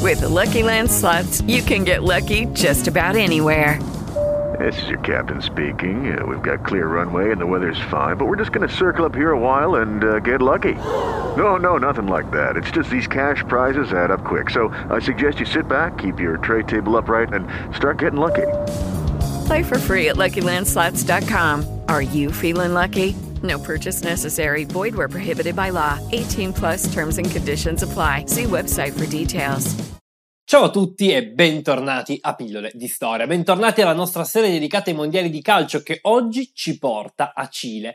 With the Lucky Land Slots, you can get lucky just about anywhere. This is your captain speaking. We've got clear runway and the weather's fine, but we're just going to circle up here a while and get lucky. No, nothing like that. It's just these cash prizes add up quick. So I suggest you sit back, keep your tray table upright, and start getting lucky. Play for free at LuckyLandSlots.com. Are you feeling lucky? No purchase necessary. Void where prohibited by law. 18 plus terms and conditions apply. See website for details. Ciao a tutti e bentornati a Pillole di Storia. Bentornati alla nostra serie dedicata ai mondiali di calcio che oggi ci porta a Cile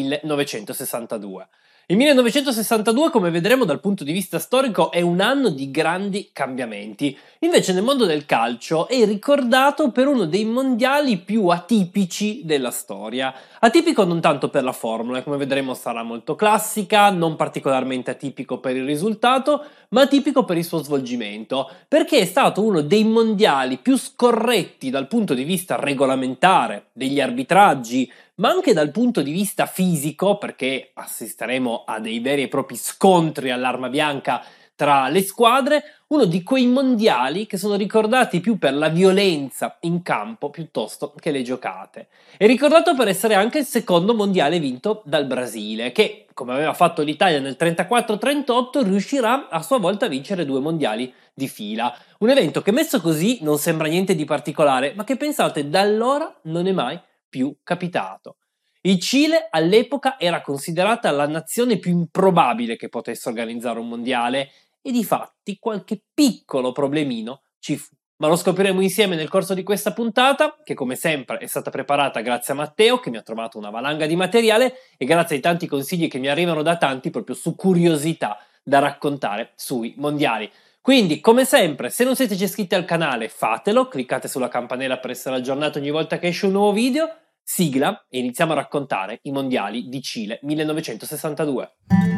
1962. Il 1962, come vedremo dal punto di vista storico, è un anno di grandi cambiamenti. Invece nel mondo del calcio è ricordato per uno dei mondiali più atipici della storia. Atipico non tanto per la formula, come vedremo sarà molto classica, non particolarmente atipico per il risultato, ma atipico per il suo svolgimento, perché è stato uno dei mondiali più scorretti dal punto di vista regolamentare, degli arbitraggi, ma anche dal punto di vista fisico, perché assisteremo a dei veri e propri scontri all'arma bianca tra le squadre, uno di quei mondiali che sono ricordati più per la violenza in campo piuttosto che le giocate. È ricordato per essere anche il secondo mondiale vinto dal Brasile, che, come aveva fatto l'Italia nel 34-38, riuscirà a sua volta a vincere 2 mondiali di fila. Un evento che messo così non sembra niente di particolare, ma che pensate da allora non è mai più capitato. Il Cile all'epoca era considerata la nazione più improbabile che potesse organizzare un mondiale e difatti qualche piccolo problemino ci fu. Ma lo scopriremo insieme nel corso di questa puntata, che come sempre è stata preparata grazie a Matteo, che mi ha trovato una valanga di materiale, e grazie ai tanti consigli che mi arrivano da tanti proprio su curiosità da raccontare sui mondiali. Quindi, come sempre, se non siete già iscritti al canale, fatelo, cliccate sulla campanella per essere aggiornati ogni volta che esce un nuovo video, sigla e iniziamo a raccontare i mondiali di Cile 1962.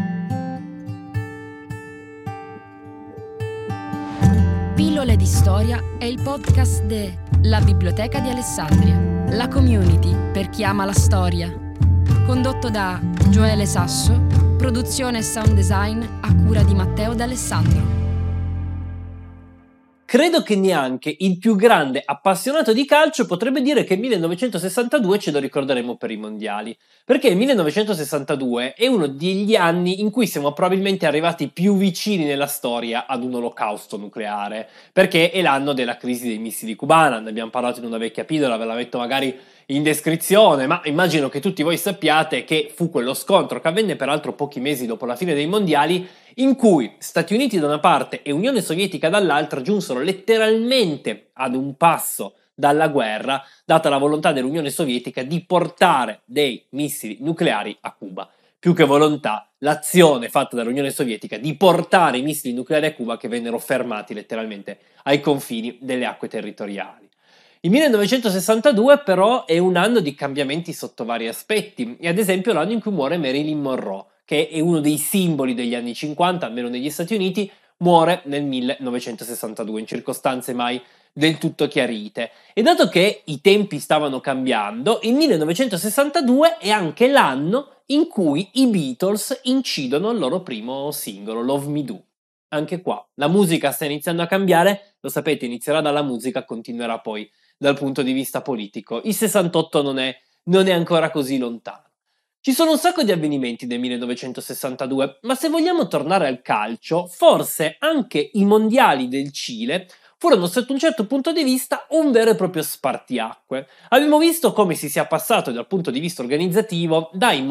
Pillole di Storia è il podcast La Biblioteca di Alessandria, la community per chi ama la storia. Condotto da Gioele Sasso, produzione e sound design a cura di Matteo D'Alessandro. Credo che neanche il più grande appassionato di calcio potrebbe dire che il 1962 ce lo ricorderemo per i mondiali, perché il 1962 è uno degli anni in cui siamo probabilmente arrivati più vicini nella storia ad un olocausto nucleare, perché è l'anno della crisi dei missili cubana. Ne abbiamo parlato in una vecchia pillola, ve la metto magari in descrizione, ma immagino che tutti voi sappiate che fu quello scontro, che avvenne peraltro pochi mesi dopo la fine dei mondiali, in cui Stati Uniti da una parte e Unione Sovietica dall'altra giunsero letteralmente ad un passo dalla guerra, data la volontà dell'Unione Sovietica di portare dei missili nucleari a Cuba. Più che volontà, l'azione fatta dall'Unione Sovietica di portare i missili nucleari a Cuba, che vennero fermati letteralmente ai confini delle acque territoriali. Il 1962 però è un anno di cambiamenti sotto vari aspetti, e ad esempio l'anno in cui muore Marilyn Monroe, che è uno dei simboli degli anni 50, almeno negli Stati Uniti, muore nel 1962 in circostanze mai del tutto chiarite. E dato che i tempi stavano cambiando, il 1962 è anche l'anno in cui i Beatles incidono il loro primo singolo, Love Me Do. Anche qua la musica sta iniziando a cambiare, lo sapete, inizierà dalla musica, continuerà poi dal punto di vista politico. Il 68 non è ancora così lontano. Ci sono un sacco di avvenimenti del 1962, ma se vogliamo tornare al calcio, forse anche i mondiali del Cile furono sotto un certo punto di vista un vero e proprio spartiacque. Abbiamo visto come si sia passato dal punto di vista organizzativo dai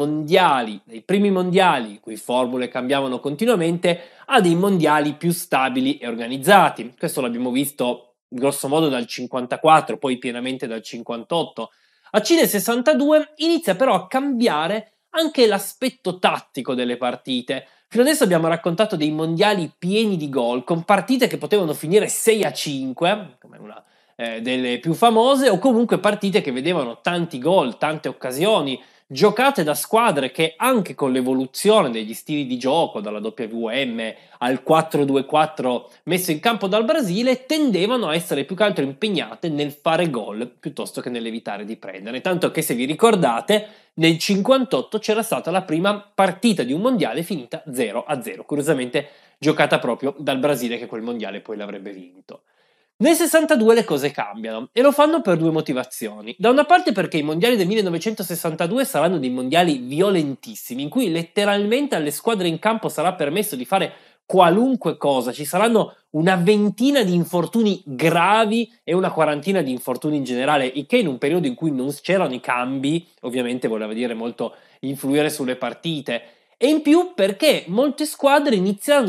primi mondiali, in cui formule cambiavano continuamente, a dei mondiali più stabili e organizzati. Questo l'abbiamo visto grosso modo dal 54, poi pienamente dal 58. A Cile 62 inizia però a cambiare anche l'aspetto tattico delle partite. Fino adesso abbiamo raccontato dei mondiali pieni di gol, con partite che potevano finire 6-5, come una delle più famose, o comunque partite che vedevano tanti gol, tante occasioni, giocate da squadre che anche con l'evoluzione degli stili di gioco, dalla WM al 4-2-4 messo in campo dal Brasile, tendevano a essere più che altro impegnate nel fare gol piuttosto che nell'evitare di prendere. Tanto che, se vi ricordate, nel 58 c'era stata la prima partita di un mondiale finita 0-0. Curiosamente giocata proprio dal Brasile che quel mondiale poi l'avrebbe vinto. Nel 62 le cose cambiano e lo fanno per due motivazioni. Da una parte perché i mondiali del 1962 saranno dei mondiali violentissimi, in cui letteralmente alle squadre in campo sarà permesso di fare qualunque cosa, ci saranno una ventina di infortuni gravi e una quarantina di infortuni in generale, il che in un periodo in cui non c'erano i cambi, ovviamente voleva dire molto influire sulle partite. E in più perché molte squadre iniziano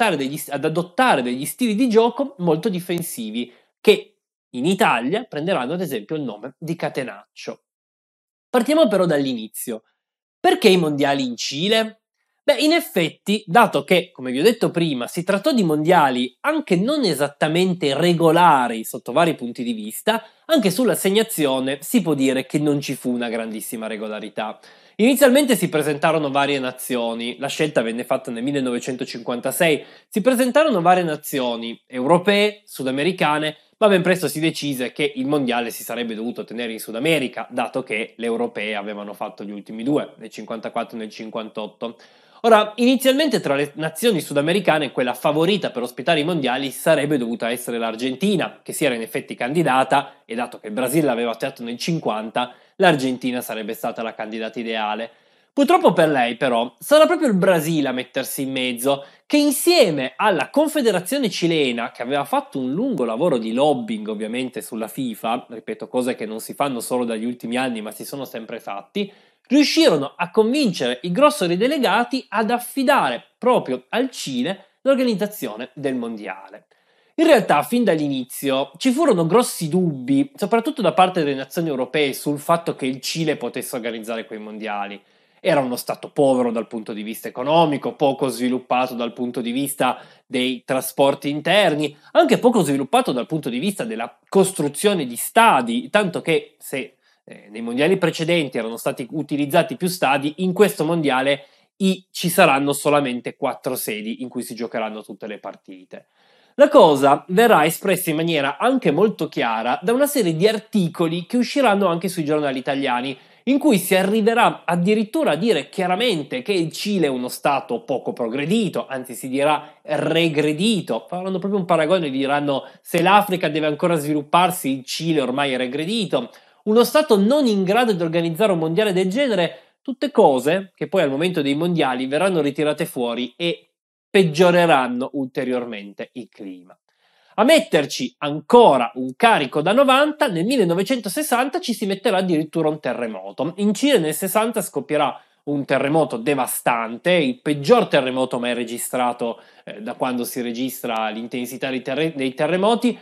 ad adottare degli stili di gioco molto difensivi, che in Italia prenderanno ad esempio il nome di catenaccio. Partiamo però dall'inizio. Perché i mondiali in Cile? Beh, in effetti, dato che, come vi ho detto prima, si trattò di mondiali anche non esattamente regolari sotto vari punti di vista, anche sull'assegnazione si può dire che non ci fu una grandissima regolarità. Inizialmente si presentarono varie nazioni, la scelta venne fatta nel 1956, si presentarono varie nazioni, europee, sudamericane, ma ben presto si decise che il mondiale si sarebbe dovuto tenere in Sud America, dato che le europee avevano fatto gli ultimi due, nel 54 e nel 58. Ora, inizialmente tra le nazioni sudamericane quella favorita per ospitare i mondiali sarebbe dovuta essere l'Argentina, che si era in effetti candidata, e dato che il Brasile l'aveva fatto nel 50, l'Argentina sarebbe stata la candidata ideale. Purtroppo per lei, però, sarà proprio il Brasile a mettersi in mezzo, che insieme alla Confederazione cilena, che aveva fatto un lungo lavoro di lobbying ovviamente sulla FIFA, ripeto, cose che non si fanno solo dagli ultimi anni ma si sono sempre fatti, riuscirono a convincere i grossori delegati ad affidare proprio al Cile l'organizzazione del mondiale. In realtà, fin dall'inizio ci furono grossi dubbi, soprattutto da parte delle nazioni europee, sul fatto che il Cile potesse organizzare quei mondiali. Era uno stato povero dal punto di vista economico, poco sviluppato dal punto di vista dei trasporti interni, anche poco sviluppato dal punto di vista della costruzione di stadi, tanto che se nei mondiali precedenti erano stati utilizzati più stadi, in questo mondiale ci saranno solamente 4 sedi in cui si giocheranno tutte le partite. La cosa verrà espressa in maniera anche molto chiara da una serie di articoli che usciranno anche sui giornali italiani, in cui si arriverà addirittura a dire chiaramente che il Cile è uno stato poco progredito, anzi si dirà regredito. Faranno proprio un paragone, diranno se l'Africa deve ancora svilupparsi, il Cile ormai è regredito. Uno stato non in grado di organizzare un mondiale del genere, tutte cose che poi al momento dei mondiali verranno ritirate fuori e peggioreranno ulteriormente il clima. A metterci ancora un carico da 90, nel 1960 ci si metterà addirittura un terremoto. In Cile nel 60 scoppierà un terremoto devastante, il peggior terremoto mai registrato da quando si registra l'intensità dei terremoti,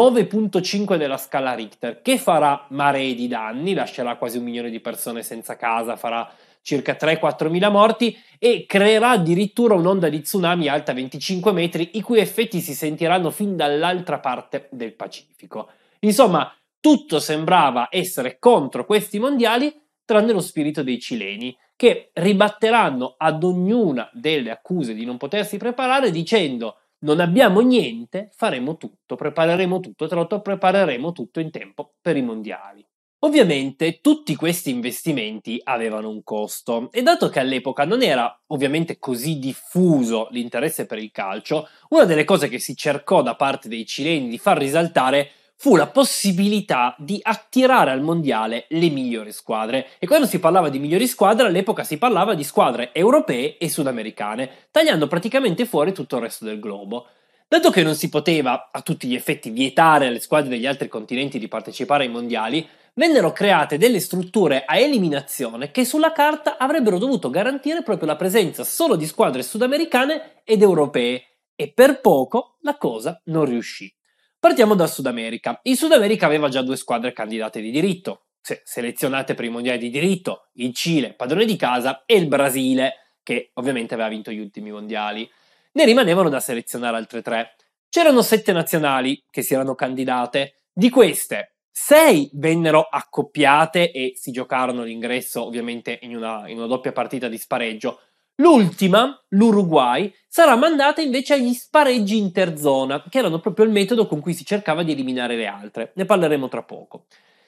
9.5 della scala Richter, che farà maree di danni, lascerà quasi 1 milione di persone senza casa, farà circa 3-4 mila morti e creerà addirittura un'onda di tsunami alta 25 metri, i cui effetti si sentiranno fin dall'altra parte del Pacifico. Insomma, tutto sembrava essere contro questi mondiali, tranne lo spirito dei cileni, che ribatteranno ad ognuna delle accuse di non potersi preparare dicendo: non abbiamo niente, faremo tutto, prepareremo tutto, tra l'altro prepareremo tutto in tempo per i mondiali. Ovviamente tutti questi investimenti avevano un costo e dato che all'epoca non era ovviamente così diffuso l'interesse per il calcio, una delle cose che si cercò da parte dei cileni di far risaltare fu la possibilità di attirare al mondiale le migliori squadre. E quando si parlava di migliori squadre, all'epoca si parlava di squadre europee e sudamericane, tagliando praticamente fuori tutto il resto del globo. Dato che non si poteva a tutti gli effetti vietare alle squadre degli altri continenti di partecipare ai mondiali, vennero create delle strutture a eliminazione che sulla carta avrebbero dovuto garantire proprio la presenza solo di squadre sudamericane ed europee, e per poco la cosa non riuscì. Partiamo dal Sud America. Il Sud America aveva già 2 squadre candidate di diritto, selezionate per i mondiali di diritto, il Cile, padrone di casa, e il Brasile, che ovviamente aveva vinto gli ultimi mondiali. Ne rimanevano da selezionare altre 3. C'erano 7 nazionali che si erano candidate, di queste 6 vennero accoppiate e si giocarono l'ingresso ovviamente in una doppia partita di spareggio. L'ultima, l'Uruguay, sarà mandata invece agli spareggi interzona, che erano proprio il metodo con cui si cercava di eliminare le altre. Ne parleremo tra poco.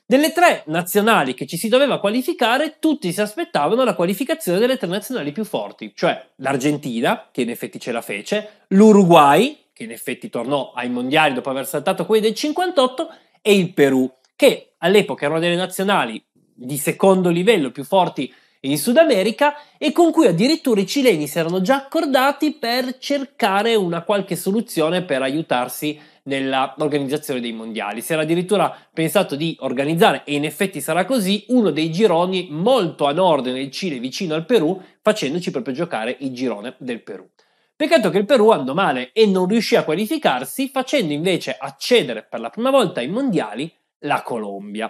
Delle 3 nazionali che ci si doveva qualificare, tutti si aspettavano la qualificazione delle 3 nazionali più forti, cioè l'Argentina, che in effetti ce la fece, l'Uruguay, che in effetti tornò ai mondiali dopo aver saltato quelli del 58, e il Perù, che all'epoca erano delle nazionali di secondo livello più forti in Sud America e con cui addirittura i cileni si erano già accordati per cercare una qualche soluzione per aiutarsi nella organizzazione dei mondiali. Si era addirittura pensato di organizzare, e in effetti sarà così, uno dei gironi molto a nord nel Cile vicino al Perù, facendoci proprio giocare il girone del Perù. Peccato che il Perù andò male e non riuscì a qualificarsi, facendo invece accedere per la prima volta ai mondiali la Colombia.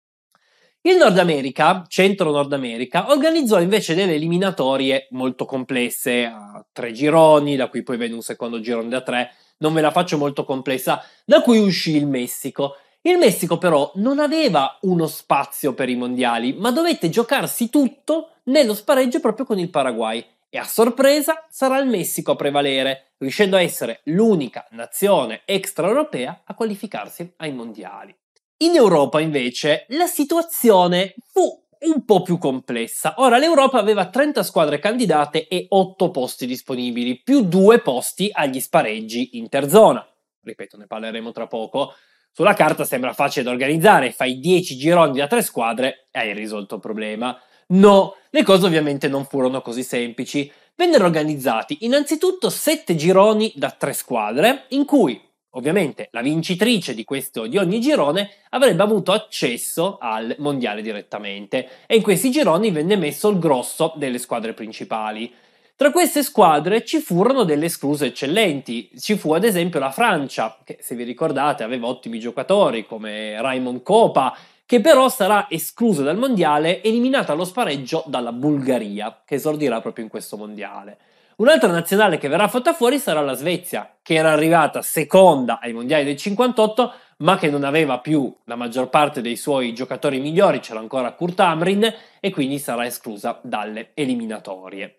Il Nord America, centro Nord America, organizzò invece delle eliminatorie molto complesse, a 3 gironi, da cui poi venne un secondo girone da 3, non ve la faccio molto complessa, da cui uscì il Messico. Il Messico però non aveva uno spazio per i mondiali, ma dovette giocarsi tutto nello spareggio proprio con il Paraguay. E a sorpresa sarà il Messico a prevalere, riuscendo a essere l'unica nazione extraeuropea a qualificarsi ai mondiali. In Europa invece la situazione fu un po' più complessa. Ora l'Europa aveva 30 squadre candidate e 8 posti disponibili, più 2 posti agli spareggi interzona. Ripeto, ne parleremo tra poco. Sulla carta sembra facile da organizzare, fai 10 gironi da 3 squadre e hai risolto il problema. No, le cose ovviamente non furono così semplici. Vennero organizzati innanzitutto 7 gironi da 3 squadre, in cui ovviamente la vincitrice di ogni girone avrebbe avuto accesso al mondiale direttamente, e in questi gironi venne messo il grosso delle squadre principali. Tra queste squadre ci furono delle escluse eccellenti. Ci fu ad esempio la Francia, che se vi ricordate aveva ottimi giocatori come Raymond Kopa, che però sarà esclusa dal mondiale, eliminata allo spareggio dalla Bulgaria, che esordirà proprio in questo mondiale. Un'altra nazionale che verrà fatta fuori sarà la Svezia, che era arrivata seconda ai mondiali del 58, ma che non aveva più la maggior parte dei suoi giocatori migliori, c'era ancora Kurt Hamrin, e quindi sarà esclusa dalle eliminatorie.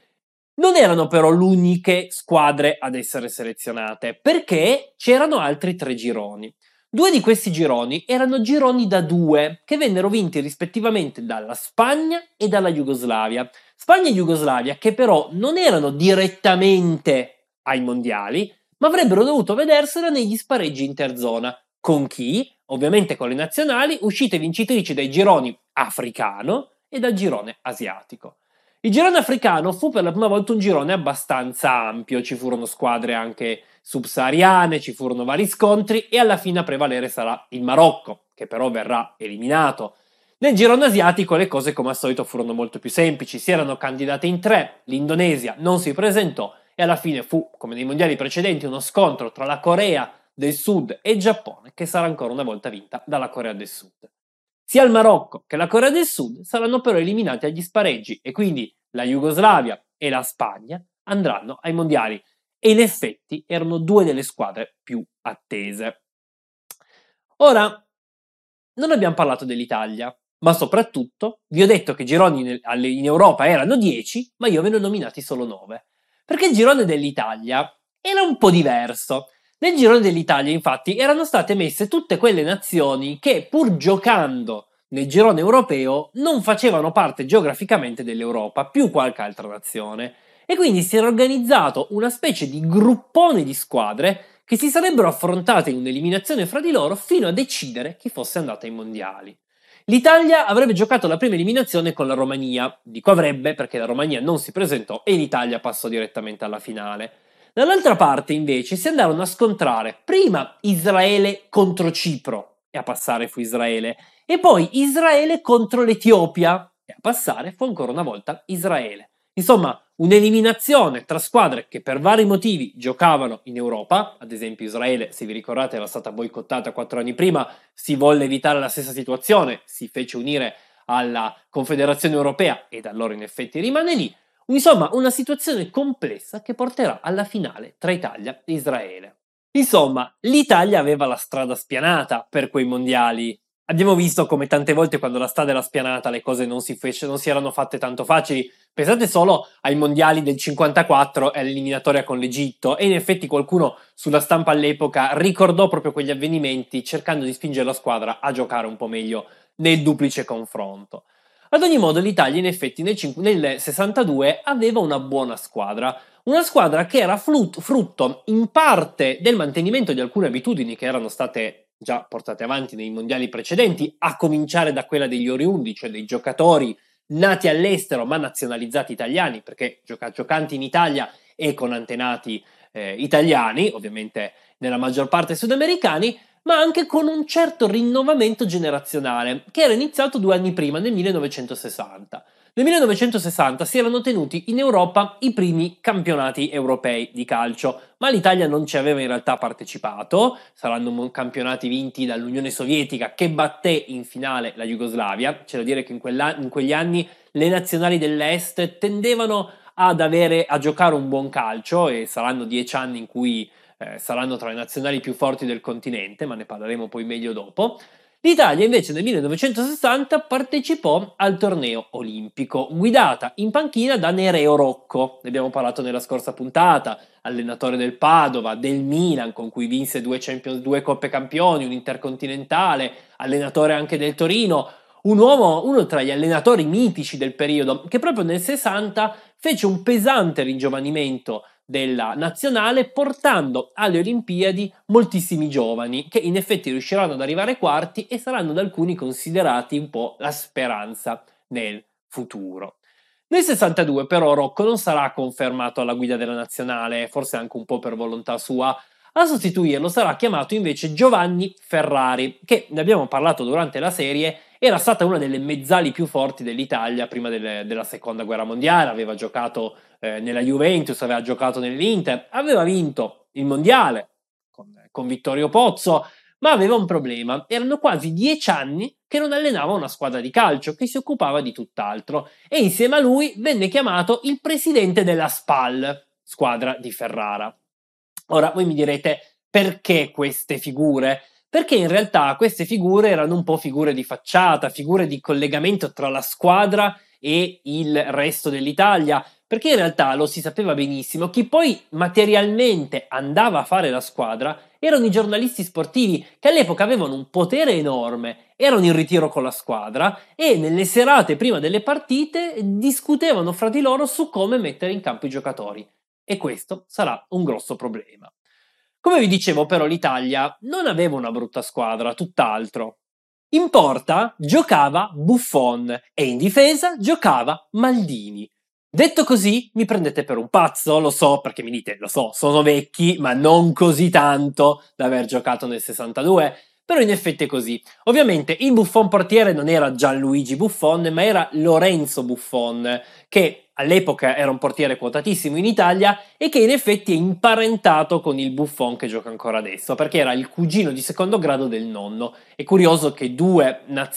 Non erano però le uniche squadre ad essere selezionate, perché c'erano altri 3 gironi. 2 di questi gironi erano gironi da 2, che vennero vinti rispettivamente dalla Spagna e dalla Jugoslavia. Spagna e Jugoslavia che però non erano direttamente ai mondiali, ma avrebbero dovuto vedersela negli spareggi interzona. Con chi? Ovviamente con le nazionali, uscite vincitrici dai gironi africano e dal girone asiatico. Il girone africano fu per la prima volta un girone abbastanza ampio, ci furono squadre anche subsahariane, ci furono vari scontri e alla fine a prevalere sarà il Marocco, che però verrà eliminato. Nel girone asiatico le cose come al solito furono molto più semplici, si erano candidate in 3, l'Indonesia non si presentò e alla fine fu, come nei mondiali precedenti, uno scontro tra la Corea del Sud e il Giappone, che sarà ancora una volta vinta dalla Corea del Sud. Sia il Marocco che la Corea del Sud saranno però eliminati agli spareggi e quindi la Jugoslavia e la Spagna andranno ai mondiali e in effetti erano 2 delle squadre più attese. Ora, non abbiamo parlato dell'Italia, ma soprattutto vi ho detto che i gironi in Europa erano 10, ma io ve ne ho nominati solo 9, perché il girone dell'Italia era un po' diverso. Nel girone dell'Italia, infatti, erano state messe tutte quelle nazioni che, pur giocando nel girone europeo, non facevano parte geograficamente dell'Europa, più qualche altra nazione. E quindi si era organizzato una specie di gruppone di squadre che si sarebbero affrontate in un'eliminazione fra di loro fino a decidere chi fosse andata ai mondiali. L'Italia avrebbe giocato la prima eliminazione con la Romania, dico avrebbe perché la Romania non si presentò e l'Italia passò direttamente alla finale. Dall'altra parte, invece, si andarono a scontrare prima Israele contro Cipro, e a passare fu Israele, e poi Israele contro l'Etiopia, e a passare fu ancora una volta Israele. Insomma, un'eliminazione tra squadre che per vari motivi giocavano in Europa, ad esempio Israele, se vi ricordate, era stata boicottata 4 anni prima, si volle evitare la stessa situazione, si fece unire alla Confederazione Europea e da allora in effetti rimane lì. Insomma, una situazione complessa che porterà alla finale tra Italia e Israele. Insomma, l'Italia aveva la strada spianata per quei mondiali. Abbiamo visto come tante volte quando la strada era spianata le cose non si erano fatte tanto facili, Pensate solo ai mondiali del 54 e all'eliminatoria con l'Egitto, e in effetti qualcuno sulla stampa all'epoca ricordò proprio quegli avvenimenti cercando di spingere la squadra a giocare un po' meglio nel duplice confronto. Ad ogni modo l'Italia in effetti nel 62 aveva una buona squadra, una squadra che era frutto in parte del mantenimento di alcune abitudini che erano state già portate avanti nei mondiali precedenti, a cominciare da quella degli oriundi, cioè dei giocatori nati all'estero ma nazionalizzati italiani, perché giocanti in Italia e con antenati italiani, ovviamente nella maggior parte sudamericani, ma anche con un certo rinnovamento generazionale che era iniziato 2 anni prima, nel 1960. Nel 1960 si erano tenuti in Europa i primi campionati europei di calcio, ma l'Italia non ci aveva in realtà partecipato. Saranno campionati vinti dall'Unione Sovietica, che batté in finale la Jugoslavia. C'è da dire che in quegli anni le nazionali dell'Est tendevano a giocare un buon calcio, e saranno 10 anni in cui saranno tra le nazionali più forti del continente, ma ne parleremo poi meglio dopo. L'Italia invece nel 1960 partecipò al torneo olimpico, guidata in panchina da Nereo Rocco, ne abbiamo parlato nella scorsa puntata, allenatore del Padova, del Milan, con cui vinse 2 Coppe Campioni, un Intercontinentale, allenatore anche del Torino, uno tra gli allenatori mitici del periodo, che proprio nel 60 fece un pesante ringiovanimento della nazionale, portando alle Olimpiadi moltissimi giovani che in effetti riusciranno ad arrivare ai quarti e saranno da alcuni considerati un po' la speranza nel futuro. Nel 62 però Rocco non sarà confermato alla guida della nazionale, forse anche un po' per volontà sua. A sostituirlo sarà chiamato invece Giovanni Ferrari, che, ne abbiamo parlato durante la serie, era stata una delle mezzali più forti dell'Italia prima della seconda guerra mondiale. Aveva giocato nella Juventus, aveva giocato nell'Inter, aveva vinto il mondiale con Vittorio Pozzo, ma aveva un problema: erano quasi 10 anni che non allenava una squadra di calcio, che si occupava di tutt'altro, e insieme a lui venne chiamato il presidente della SPAL, squadra di Ferrara. Ora voi mi direte, perché queste figure? Perché in realtà queste figure erano un po' figure di facciata, figure di collegamento tra la squadra e il resto dell'Italia, perché in realtà lo si sapeva benissimo, chi poi materialmente andava a fare la squadra erano i giornalisti sportivi, che all'epoca avevano un potere enorme, erano in ritiro con la squadra e nelle serate prima delle partite discutevano fra di loro su come mettere in campo i giocatori. E questo sarà un grosso problema. Come vi dicevo però l'Italia non aveva una brutta squadra, tutt'altro. In porta giocava Buffon e in difesa giocava Maldini. Detto così mi prendete per un pazzo, lo so, perché mi dite, lo so, sono vecchi, ma non così tanto da aver giocato nel 62, però in effetti è così. Ovviamente il Buffon portiere non era Gianluigi Buffon, ma era Lorenzo Buffon, che all'epoca era un portiere quotatissimo in Italia e che in effetti è imparentato con il Buffon che gioca ancora adesso, perché era il cugino di secondo grado del nonno. È curioso che della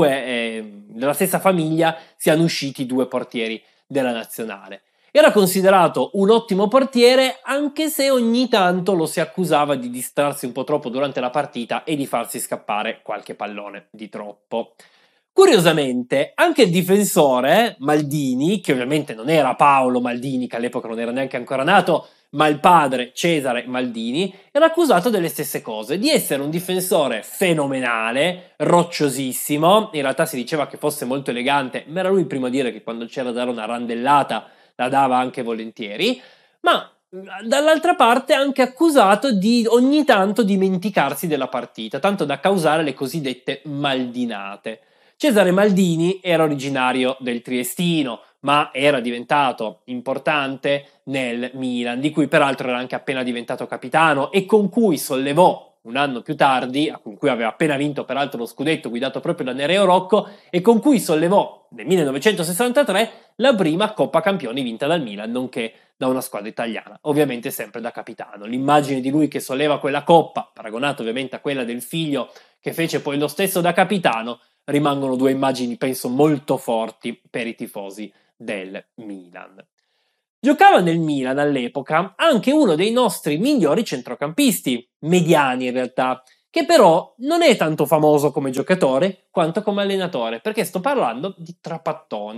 stessa famiglia siano usciti 2 portieri della nazionale. Era considerato un ottimo portiere, anche se ogni tanto lo si accusava di distrarsi un po' troppo durante la partita e di farsi scappare qualche pallone di troppo. Curiosamente, anche il difensore Maldini, che ovviamente non era Paolo Maldini, che all'epoca non era neanche ancora nato, ma il padre Cesare Maldini, era accusato delle stesse cose, di essere un difensore fenomenale, rocciosissimo. In realtà si diceva che fosse molto elegante, ma era lui il primo a dire che quando c'era da dare una randellata la dava anche volentieri, ma dall'altra parte anche accusato di ogni tanto dimenticarsi della partita, tanto da causare le cosiddette maldinate. Cesare Maldini era originario del Triestino, ma era diventato importante nel Milan, di cui peraltro era anche appena diventato capitano e con cui sollevò un anno più tardi, con cui aveva appena vinto peraltro lo scudetto guidato proprio da Nereo Rocco, e con cui sollevò nel 1963 la prima Coppa Campioni vinta dal Milan, nonché da una squadra italiana, ovviamente sempre da capitano. L'immagine di lui che solleva quella coppa, paragonata ovviamente a quella del figlio che fece poi lo stesso da capitano, rimangono 2 immagini, penso, molto forti per i tifosi del Milan. Giocava nel Milan all'epoca anche uno dei nostri migliori centrocampisti, mediani in realtà, che però non è tanto famoso come giocatore quanto come allenatore, perché sto parlando di Trapattoni,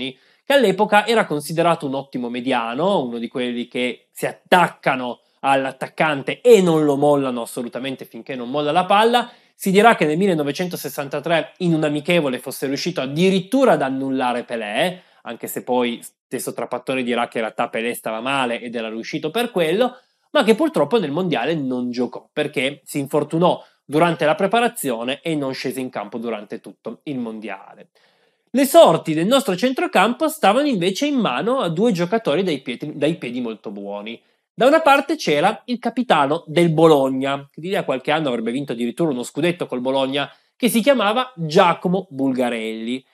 che all'epoca era considerato un ottimo mediano, uno di quelli che si attaccano all'attaccante e non lo mollano assolutamente finché non molla la palla. Si dirà che nel 1963 in un amichevole fosse riuscito addirittura ad annullare Pelé, anche se poi stesso Trapattoni dirà che in realtà Pelé stava male ed era riuscito per quello, ma che purtroppo nel mondiale non giocò perché si infortunò durante la preparazione e non scese in campo durante tutto il mondiale. Le sorti del nostro centrocampo stavano invece in mano a due giocatori dai piedi molto buoni. Da una parte c'era il capitano del Bologna, che di lì a qualche anno avrebbe vinto addirittura uno scudetto col Bologna, che si chiamava Giacomo Bulgarelli.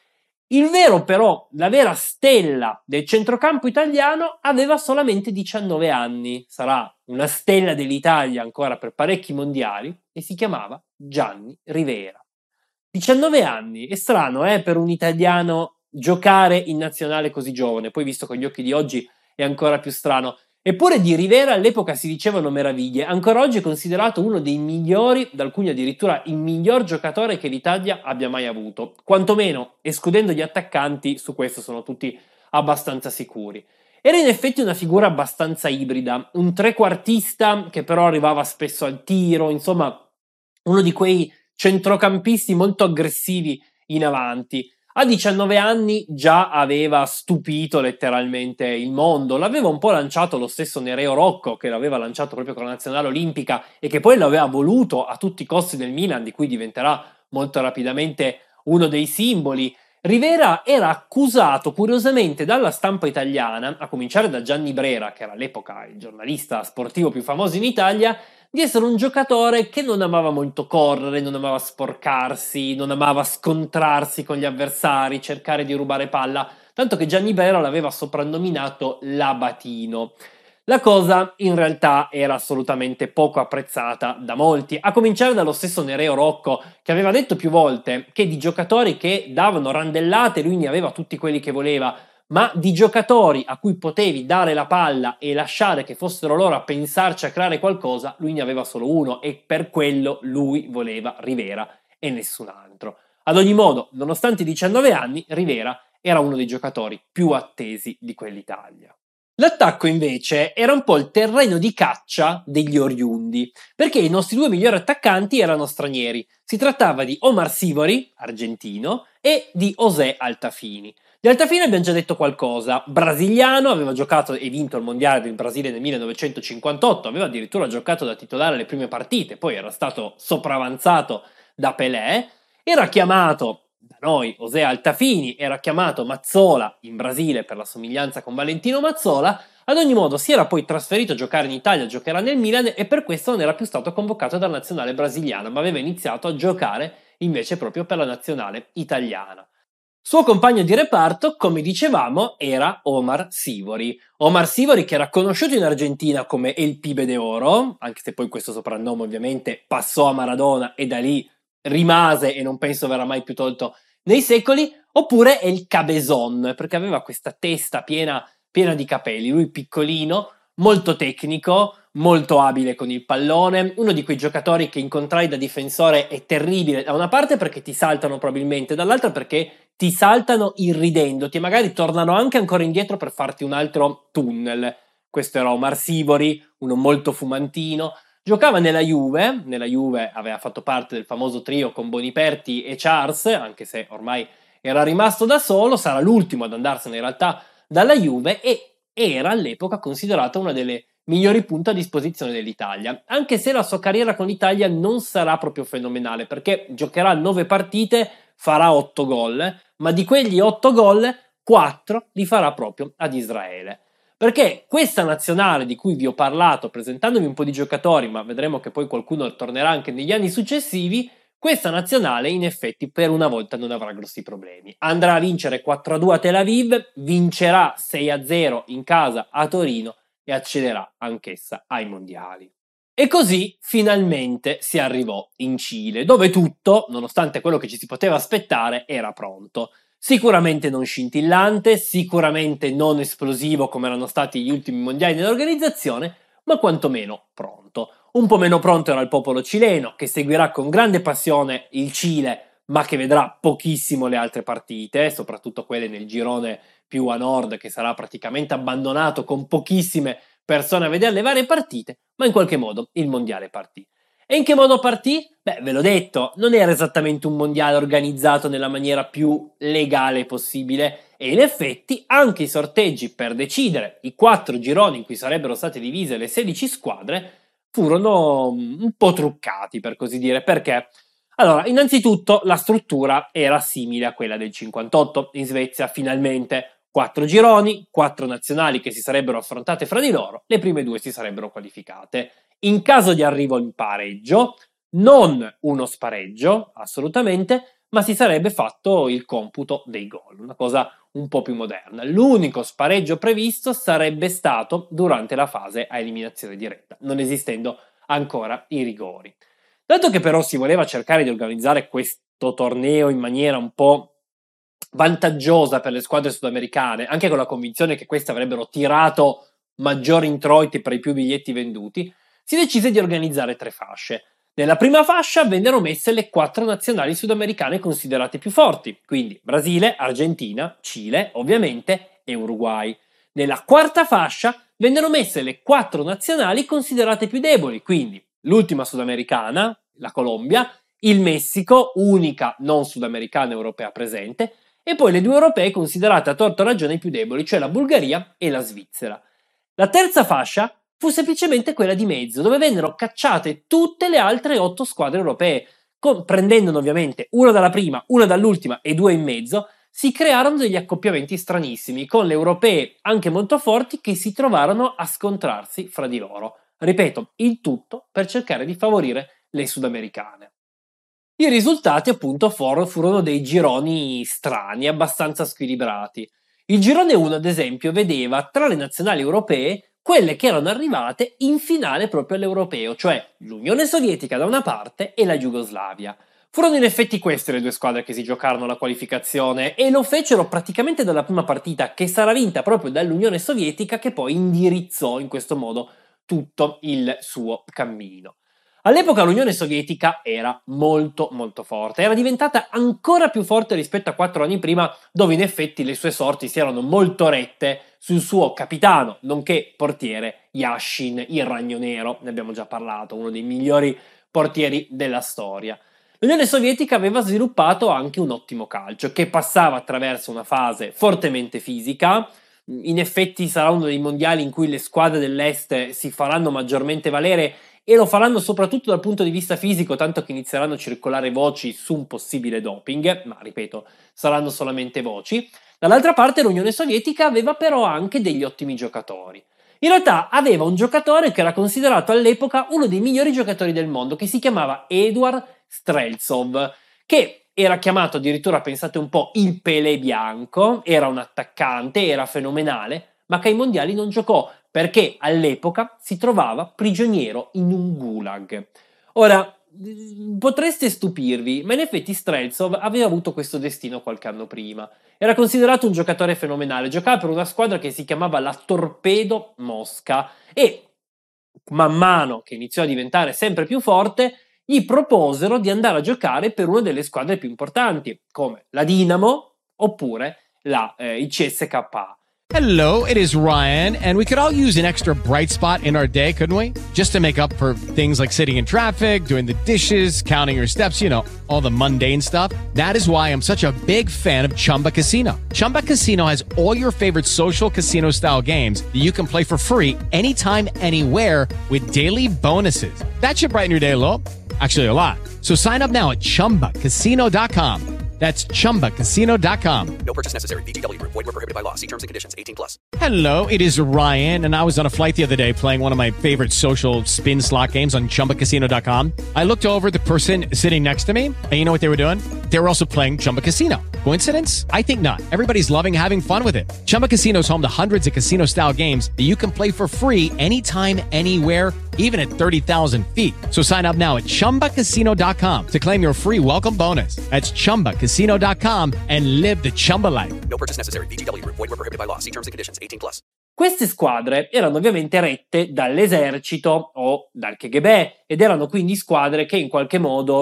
La vera stella del centrocampo italiano aveva solamente 19 anni, sarà una stella dell'Italia ancora per parecchi mondiali, e si chiamava Gianni Rivera. 19 anni, è strano per un italiano giocare in nazionale così giovane, poi visto con gli occhi di oggi è ancora più strano. Eppure di Rivera all'epoca si dicevano meraviglie, ancora oggi è considerato uno dei migliori, da alcuni addirittura il miglior giocatore che l'Italia abbia mai avuto, quantomeno escludendo gli attaccanti, su questo sono tutti abbastanza sicuri. Era in effetti una figura abbastanza ibrida, un trequartista che però arrivava spesso al tiro, insomma uno di quei centrocampisti molto aggressivi in avanti. A 19 anni già aveva stupito letteralmente il mondo, l'aveva un po' lanciato lo stesso Nereo Rocco, che l'aveva lanciato proprio con la nazionale olimpica e che poi l'aveva voluto a tutti i costi del Milan, di cui diventerà molto rapidamente uno dei simboli. Rivera era accusato curiosamente dalla stampa italiana, a cominciare da Gianni Brera, che era all'epoca il giornalista sportivo più famoso in Italia, di essere un giocatore che non amava molto correre, non amava sporcarsi, non amava scontrarsi con gli avversari, cercare di rubare palla, tanto che Gianni Brera l'aveva soprannominato l'Abatino. La cosa in realtà era assolutamente poco apprezzata da molti, a cominciare dallo stesso Nereo Rocco, che aveva detto più volte che di giocatori che davano randellate lui ne aveva tutti quelli che voleva, ma di giocatori a cui potevi dare la palla e lasciare che fossero loro a pensarci a creare qualcosa, lui ne aveva solo uno e per quello lui voleva Rivera e nessun altro. Ad ogni modo, nonostante i 19 anni, Rivera era uno dei giocatori più attesi di quell'Italia. L'attacco invece era un po' il terreno di caccia degli oriundi, perché i nostri due migliori attaccanti erano stranieri. Si trattava di Omar Sivori, argentino, e di José Altafini. Di Altafini abbiamo già detto qualcosa, brasiliano, aveva giocato e vinto il mondiale del Brasile nel 1958, aveva addirittura giocato da titolare le prime partite, poi era stato sopravanzato da Pelé, era chiamato da noi José Altafini, era chiamato Mazzola in Brasile per la somiglianza con Valentino Mazzola. Ad ogni modo si era poi trasferito a giocare in Italia, giocherà nel Milan e per questo non era più stato convocato dalla nazionale brasiliana, ma aveva iniziato a giocare invece proprio per la nazionale italiana. Suo compagno di reparto, come dicevamo, era Omar Sivori. Omar Sivori che era conosciuto in Argentina come El Pibe de Oro, anche se poi questo soprannome ovviamente passò a Maradona e da lì rimase e non penso verrà mai più tolto nei secoli, oppure El Cabezón, perché aveva questa testa piena di capelli, lui piccolino, molto tecnico, molto abile con il pallone, uno di quei giocatori che incontrai da difensore è terribile, da una parte perché ti saltano probabilmente, dall'altra perché ti saltano irridendoti e magari tornano anche ancora indietro per farti un altro tunnel. Questo era Omar Sivori, uno molto fumantino, giocava nella Juve aveva fatto parte del famoso trio con Boniperti e Charles, anche se ormai era rimasto da solo, sarà l'ultimo ad andarsene in realtà dalla Juve e era all'epoca considerata una delle migliori punte a disposizione dell'Italia, anche se la sua carriera con l'Italia non sarà proprio fenomenale, perché giocherà 9 partite, farà 8 gol, ma di quegli 8 gol, 4 li farà proprio ad Israele. Perché questa nazionale di cui vi ho parlato, presentandovi un po' di giocatori, ma vedremo che poi qualcuno tornerà anche negli anni successivi, questa nazionale in effetti per una volta non avrà grossi problemi. Andrà a vincere 4-2 a Tel Aviv, vincerà 6-0 in casa a Torino e accederà anch'essa ai mondiali. E così finalmente si arrivò in Cile, dove tutto, nonostante quello che ci si poteva aspettare, era pronto. Sicuramente non scintillante, sicuramente non esplosivo come erano stati gli ultimi mondiali dell'organizzazione, ma quantomeno pronto. Un po' meno pronto era il popolo cileno, che seguirà con grande passione il Cile ma che vedrà pochissimo le altre partite, soprattutto quelle nel girone più a nord, che sarà praticamente abbandonato con pochissime persone a vedere le varie partite, ma in qualche modo il mondiale partì. E in che modo partì? Beh, ve l'ho detto, non era esattamente un mondiale organizzato nella maniera più legale possibile e in effetti anche i sorteggi per decidere i 4 gironi in cui sarebbero state divise le 16 squadre furono un po' truccati, per così dire. Perché? Allora, innanzitutto la struttura era simile a quella del 58 in Svezia, finalmente 4 gironi, 4 nazionali che si sarebbero affrontate fra di loro, le prime 2 si sarebbero qualificate. In caso di arrivo in pareggio, non uno spareggio, assolutamente, ma si sarebbe fatto il computo dei gol, una cosa un po' più moderna. L'unico spareggio previsto sarebbe stato durante la fase a eliminazione diretta, non esistendo ancora i rigori. Dato che però si voleva cercare di organizzare questo torneo in maniera un po' vantaggiosa per le squadre sudamericane, anche con la convinzione che queste avrebbero tirato maggiori introiti per i più biglietti venduti, si decise di organizzare 3 fasce. Nella prima fascia vennero messe le 4 nazionali sudamericane considerate più forti, quindi Brasile, Argentina, Cile, ovviamente, e Uruguay. Nella quarta fascia vennero messe le 4 nazionali considerate più deboli, quindi l'ultima sudamericana, la Colombia, il Messico, unica non sudamericana europea presente, e poi le 2 europee considerate a torto ragione più deboli, cioè la Bulgaria e la Svizzera. La terza fascia fu semplicemente quella di mezzo, dove vennero cacciate tutte le altre 8 squadre europee, prendendone ovviamente una dalla prima, una dall'ultima e 2 in mezzo. Si crearono degli accoppiamenti stranissimi, con le europee anche molto forti che si trovarono a scontrarsi fra di loro. Ripeto, il tutto per cercare di favorire le sudamericane. I risultati appunto furono dei gironi strani, abbastanza squilibrati. Il girone 1 ad esempio vedeva tra le nazionali europee quelle che erano arrivate in finale proprio all'europeo, cioè l'Unione Sovietica da una parte e la Jugoslavia. Furono in effetti queste le 2 squadre che si giocarono la qualificazione e lo fecero praticamente dalla prima partita, che sarà vinta proprio dall'Unione Sovietica, che poi indirizzò in questo modo tutto il suo cammino. All'epoca l'Unione Sovietica era molto molto forte, era diventata ancora più forte rispetto a 4 anni prima, dove in effetti le sue sorti si erano molto rette sul suo capitano, nonché portiere Yashin, il Ragno Nero, ne abbiamo già parlato, uno dei migliori portieri della storia. L'Unione Sovietica aveva sviluppato anche un ottimo calcio, che passava attraverso una fase fortemente fisica. In effetti sarà uno dei mondiali in cui le squadre dell'Est si faranno maggiormente valere e lo faranno soprattutto dal punto di vista fisico, tanto che inizieranno a circolare voci su un possibile doping, ma ripeto, saranno solamente voci. Dall'altra parte l'Unione Sovietica aveva però anche degli ottimi giocatori. In realtà aveva un giocatore che era considerato all'epoca uno dei migliori giocatori del mondo, che si chiamava Eduard Streltsov, che era chiamato addirittura, pensate un po', il Pelé bianco, era un attaccante, era fenomenale, ma che ai mondiali non giocò, perché all'epoca si trovava prigioniero in un gulag. Ora, potreste stupirvi, ma in effetti Streltsov aveva avuto questo destino qualche anno prima. Era considerato un giocatore fenomenale, giocava per una squadra che si chiamava la Torpedo Mosca e man mano che iniziò a diventare sempre più forte gli proposero di andare a giocare per una delle squadre più importanti, come la Dinamo oppure il CSKA. Hello, it is Ryan, and we could all use an extra bright spot in our day, couldn't we? Just to make up for things like sitting in traffic, doing the dishes, counting your steps, you know, all the mundane stuff. That is why I'm such a big fan of Chumba Casino. Chumba Casino has all your favorite social casino-style games that you can play for free anytime, anywhere with daily bonuses. That should brighten your day a little. Actually, a lot. So sign up now at ChumbaCasino.com. That's ChumbaCasino.com. No purchase necessary. VGW Group. Void where prohibited by law. See terms and conditions. 18+. Hello, it is Ryan, and I was on a flight the other day playing one of my favorite social spin slot games on ChumbaCasino.com. I looked over at the person sitting next to me, and you know what they were doing? They were also playing Chumba Casino. Coincidence? I think not. Everybody's loving having fun with it. Chumba Casino is home to hundreds of casino-style games that you can play for free anytime, anywhere, even at 30,000 feet. So sign up now at ChumbaCasino.com to claim your free welcome bonus. That's ChumbaCasino.com and live the Chumba life. No purchase necessary. VGW Group. Void where prohibited by law. See terms and conditions. 18+. Queste squadre erano ovviamente rette dall'esercito o dal KGB ed erano quindi squadre che in qualche modo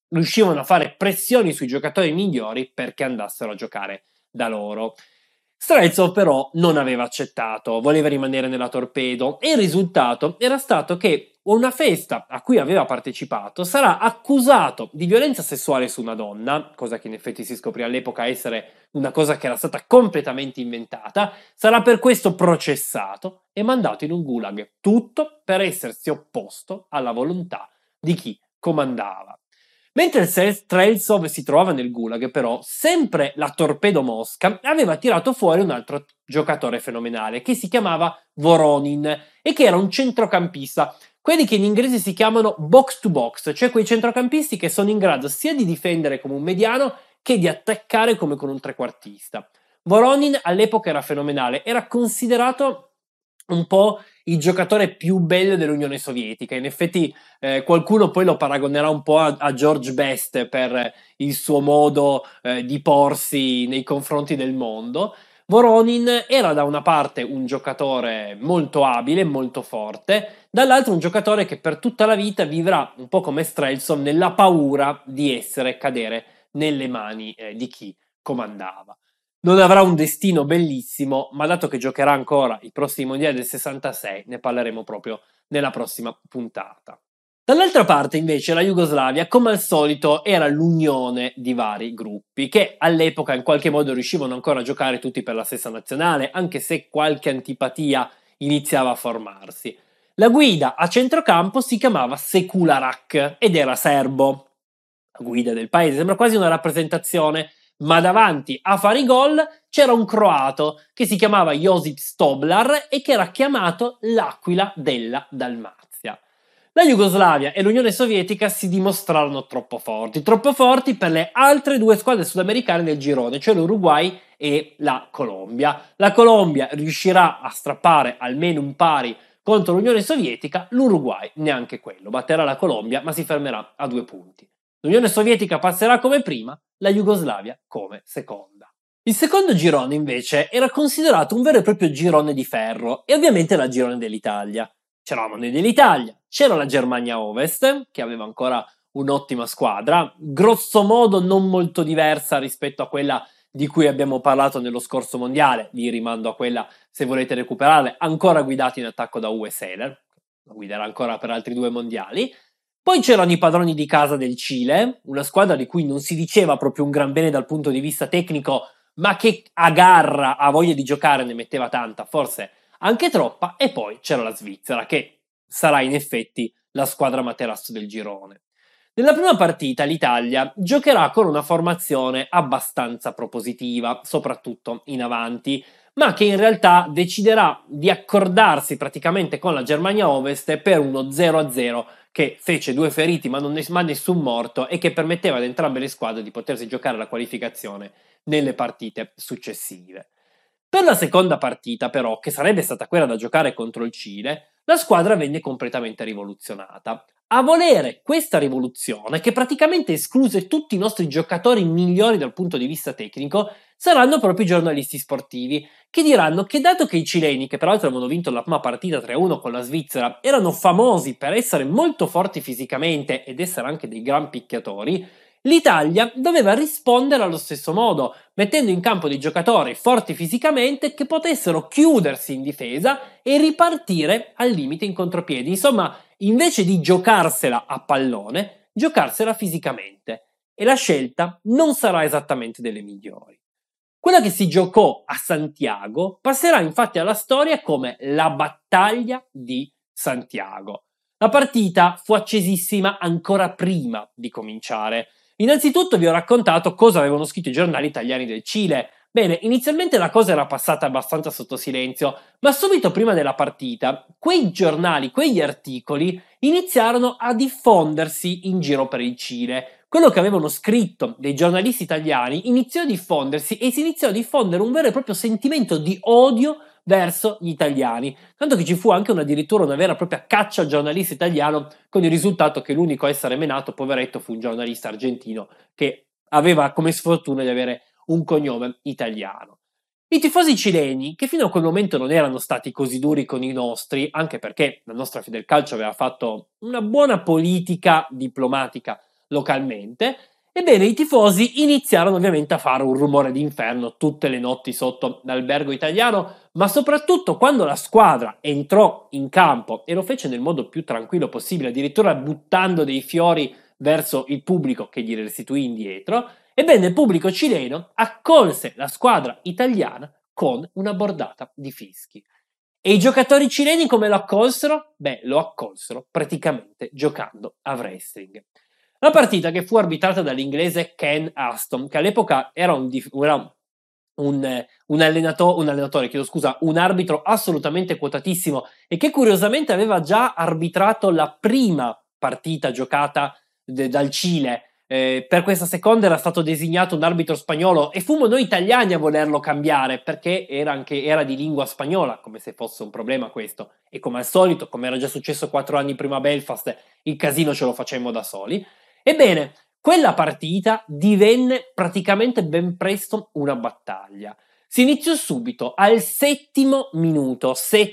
riuscivano a fare pressioni sui giocatori migliori perché andassero a giocare da loro. Streltsov però non aveva accettato, voleva rimanere nella Torpedo e il risultato era stato che una festa a cui aveva partecipato sarà accusato di violenza sessuale su una donna, cosa che in effetti si scoprì all'epoca essere una cosa che era stata completamente inventata, sarà per questo processato e mandato in un gulag, tutto per essersi opposto alla volontà di chi comandava. Mentre Streltsov si trovava nel gulag, però, sempre la Torpedo Mosca aveva tirato fuori un altro giocatore fenomenale che si chiamava Voronin e che era un centrocampista, quelli che in inglese si chiamano box to box, cioè quei centrocampisti che sono in grado sia di difendere come un mediano che di attaccare come con un trequartista. Voronin all'epoca era fenomenale, era considerato un po' il giocatore più bello dell'Unione Sovietica. In effetti qualcuno poi lo paragonerà un po' a George Best per il suo modo di porsi nei confronti del mondo. Voronin era da una parte un giocatore molto abile, molto forte, dall'altro un giocatore che per tutta la vita vivrà un po' come Streltsov nella paura di cadere nelle mani di chi comandava. Non avrà un destino bellissimo, ma dato che giocherà ancora i prossimi mondiali del 66, ne parleremo proprio nella prossima puntata. Dall'altra parte, invece, la Jugoslavia, come al solito, era l'unione di vari gruppi, che all'epoca in qualche modo riuscivano ancora a giocare tutti per la stessa nazionale, anche se qualche antipatia iniziava a formarsi. La guida a centrocampo si chiamava Sekularak ed era serbo. La guida del paese sembra quasi una rappresentazione, ma davanti a fare i gol c'era un croato che si chiamava Josip Stoblar e che era chiamato l'Aquila della Dalmazia. La Jugoslavia e l'Unione Sovietica si dimostrarono troppo forti per le altre due squadre sudamericane del girone, cioè l'Uruguay e la Colombia. La Colombia riuscirà a strappare almeno un pari contro l'Unione Sovietica, l'Uruguay neanche quello, batterà la Colombia ma si fermerà a 2 punti. L'Unione Sovietica passerà come prima, la Jugoslavia come seconda. Il secondo girone invece era considerato un vero e proprio girone di ferro e ovviamente era il girone dell'Italia. C'eravamo noi dell'Italia, c'era la Germania Ovest che aveva ancora un'ottima squadra, grosso modo non molto diversa rispetto a quella di cui abbiamo parlato nello scorso mondiale, vi rimando a quella se volete recuperarle, ancora guidati in attacco da Uwe Seeler, la guiderà ancora per altri 2 mondiali. Poi c'erano i padroni di casa del Cile, una squadra di cui non si diceva proprio un gran bene dal punto di vista tecnico, ma che a garra, a voglia di giocare ne metteva tanta, forse anche troppa, e poi c'era la Svizzera, che sarà in effetti la squadra materasso del girone. Nella prima partita l'Italia giocherà con una formazione abbastanza propositiva, soprattutto in avanti, ma che in realtà deciderà di accordarsi praticamente con la Germania Ovest per uno 0-0 che fece 2 feriti ma nessun morto e che permetteva ad entrambe le squadre di potersi giocare la qualificazione nelle partite successive. Per la seconda partita però, che sarebbe stata quella da giocare contro il Cile, la squadra venne completamente rivoluzionata. A volere questa rivoluzione, che praticamente escluse tutti i nostri giocatori migliori dal punto di vista tecnico, saranno proprio i giornalisti sportivi, che diranno che dato che i cileni, che peraltro avevano vinto la prima partita 3-1 con la Svizzera, erano famosi per essere molto forti fisicamente ed essere anche dei gran picchiatori, l'Italia doveva rispondere allo stesso modo, mettendo in campo dei giocatori forti fisicamente che potessero chiudersi in difesa e ripartire al limite in contropiedi. Insomma, invece di giocarsela a pallone, giocarsela fisicamente. E la scelta non sarà esattamente delle migliori. Quella che si giocò a Santiago passerà infatti alla storia come la battaglia di Santiago. La partita fu accesissima ancora prima di cominciare. Innanzitutto vi ho raccontato cosa avevano scritto i giornali italiani del Cile. Bene, inizialmente la cosa era passata abbastanza sotto silenzio, ma subito prima della partita, quei giornali, quegli articoli, iniziarono a diffondersi in giro per il Cile. Quello che avevano scritto dei giornalisti italiani iniziò a diffondersi e si iniziò a diffondere un vero e proprio sentimento di odio verso gli italiani, tanto che ci fu anche addirittura una vera e propria caccia al giornalista italiano, con il risultato che l'unico a essere menato, poveretto, fu un giornalista argentino che aveva come sfortuna di avere un cognome italiano. I tifosi cileni, che fino a quel momento non erano stati così duri con i nostri, anche perché la nostra Federcalcio aveva fatto una buona politica diplomatica localmente. Ebbene, i tifosi iniziarono ovviamente a fare un rumore d'inferno tutte le notti sotto l'albergo italiano, ma soprattutto quando la squadra entrò in campo e lo fece nel modo più tranquillo possibile, addirittura buttando dei fiori verso il pubblico che gli restituì indietro. Ebbene, il pubblico cileno accolse la squadra italiana con una bordata di fischi. E i giocatori cileni come lo accolsero? Beh, lo accolsero praticamente giocando a wrestling. La partita, che fu arbitrata dall'inglese Ken Aston, che all'epoca era un arbitro assolutamente quotatissimo e che curiosamente aveva già arbitrato la prima partita giocata dal Cile. Per questa seconda era stato designato un arbitro spagnolo e fummo noi italiani a volerlo cambiare perché era di lingua spagnola, come se fosse un problema questo. E come al solito, come era già successo 4 anni prima a Belfast, il casino ce lo facemmo da soli. Ebbene, quella partita divenne praticamente ben presto una battaglia. Si iniziò subito al settimo minuto,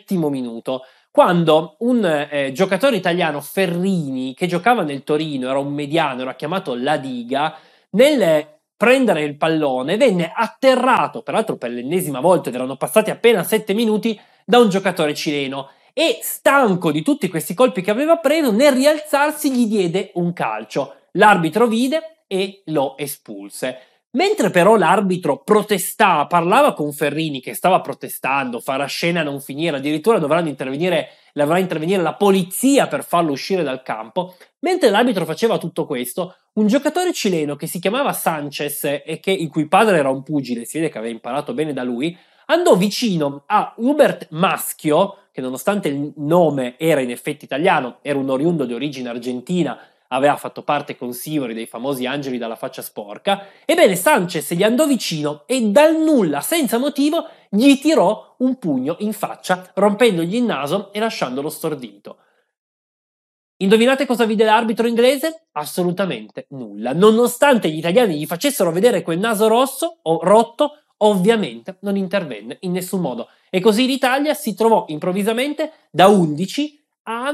quando un giocatore italiano, Ferrini, che giocava nel Torino, era un mediano, era chiamato La Diga, nel prendere il pallone venne atterrato, peraltro per l'ennesima volta, ed erano passati appena 7 minuti, da un giocatore cileno. E stanco di tutti questi colpi che aveva preso, nel rialzarsi gli diede un calcio. L'arbitro vide e lo espulse. Mentre però l'arbitro parlava con Ferrini che stava protestando, farà scena a non finire, addirittura dovrà intervenire la polizia per farlo uscire dal campo. Mentre l'arbitro faceva tutto questo, un giocatore cileno che si chiamava Sanchez e il cui padre era un pugile, si vede che aveva imparato bene da lui, andò vicino a Hubert Maschio, che nonostante il nome era in effetti italiano, era un oriundo di origine argentina, aveva fatto parte con Sivori dei famosi angeli dalla faccia sporca. Ebbene, Sanchez gli andò vicino e dal nulla, senza motivo, gli tirò un pugno in faccia, rompendogli il naso e lasciandolo stordito. Indovinate cosa vide l'arbitro inglese? Assolutamente nulla. Nonostante gli italiani gli facessero vedere quel naso rosso o rotto, ovviamente non intervenne in nessun modo. E così l'Italia si trovò improvvisamente da 11 a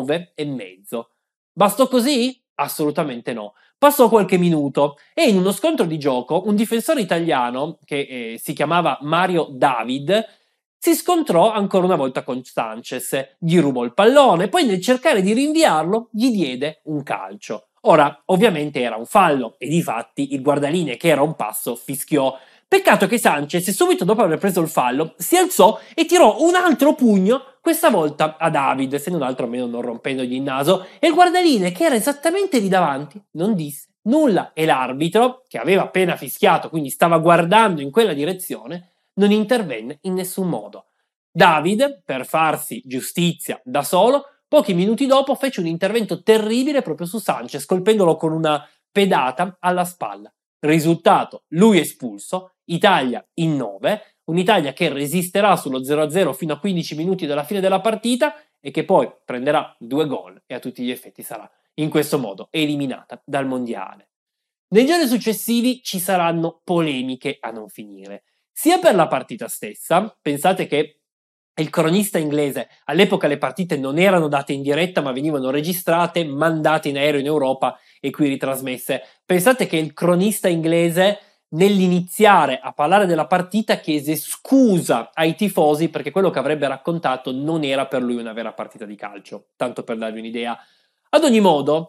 9,5. Bastò così? Assolutamente no. Passò qualche minuto e in uno scontro di gioco un difensore italiano che si chiamava Mario David si scontrò ancora una volta con Sanchez, gli rubò il pallone, poi nel cercare di rinviarlo gli diede un calcio. Ora, ovviamente era un fallo e difatti il guardalinee, che era a un passo, fischiò. Peccato che Sanchez, subito dopo aver preso il fallo, si alzò e tirò un altro pugno, questa volta a David, se non altro almeno non rompendogli il naso, e il guardalinee, che era esattamente lì davanti, non disse nulla e l'arbitro, che aveva appena fischiato, quindi stava guardando in quella direzione, non intervenne in nessun modo. David, per farsi giustizia da solo, pochi minuti dopo fece un intervento terribile proprio su Sanchez, colpendolo con una pedata alla spalla. Risultato, lui espulso, Italia in 9, un'Italia che resisterà sullo 0-0 fino a 15 minuti dalla fine della partita e che poi prenderà 2 gol e a tutti gli effetti sarà in questo modo eliminata dal mondiale. Nei giorni successivi ci saranno polemiche a non finire, sia per la partita stessa. Pensate che il cronista inglese, all'epoca le partite non erano date in diretta ma venivano registrate, mandate in aereo in Europa e qui ritrasmesse. Pensate che il cronista inglese, nell'iniziare a parlare della partita, chiese scusa ai tifosi perché quello che avrebbe raccontato non era per lui una vera partita di calcio, tanto per darvi un'idea. Ad ogni modo,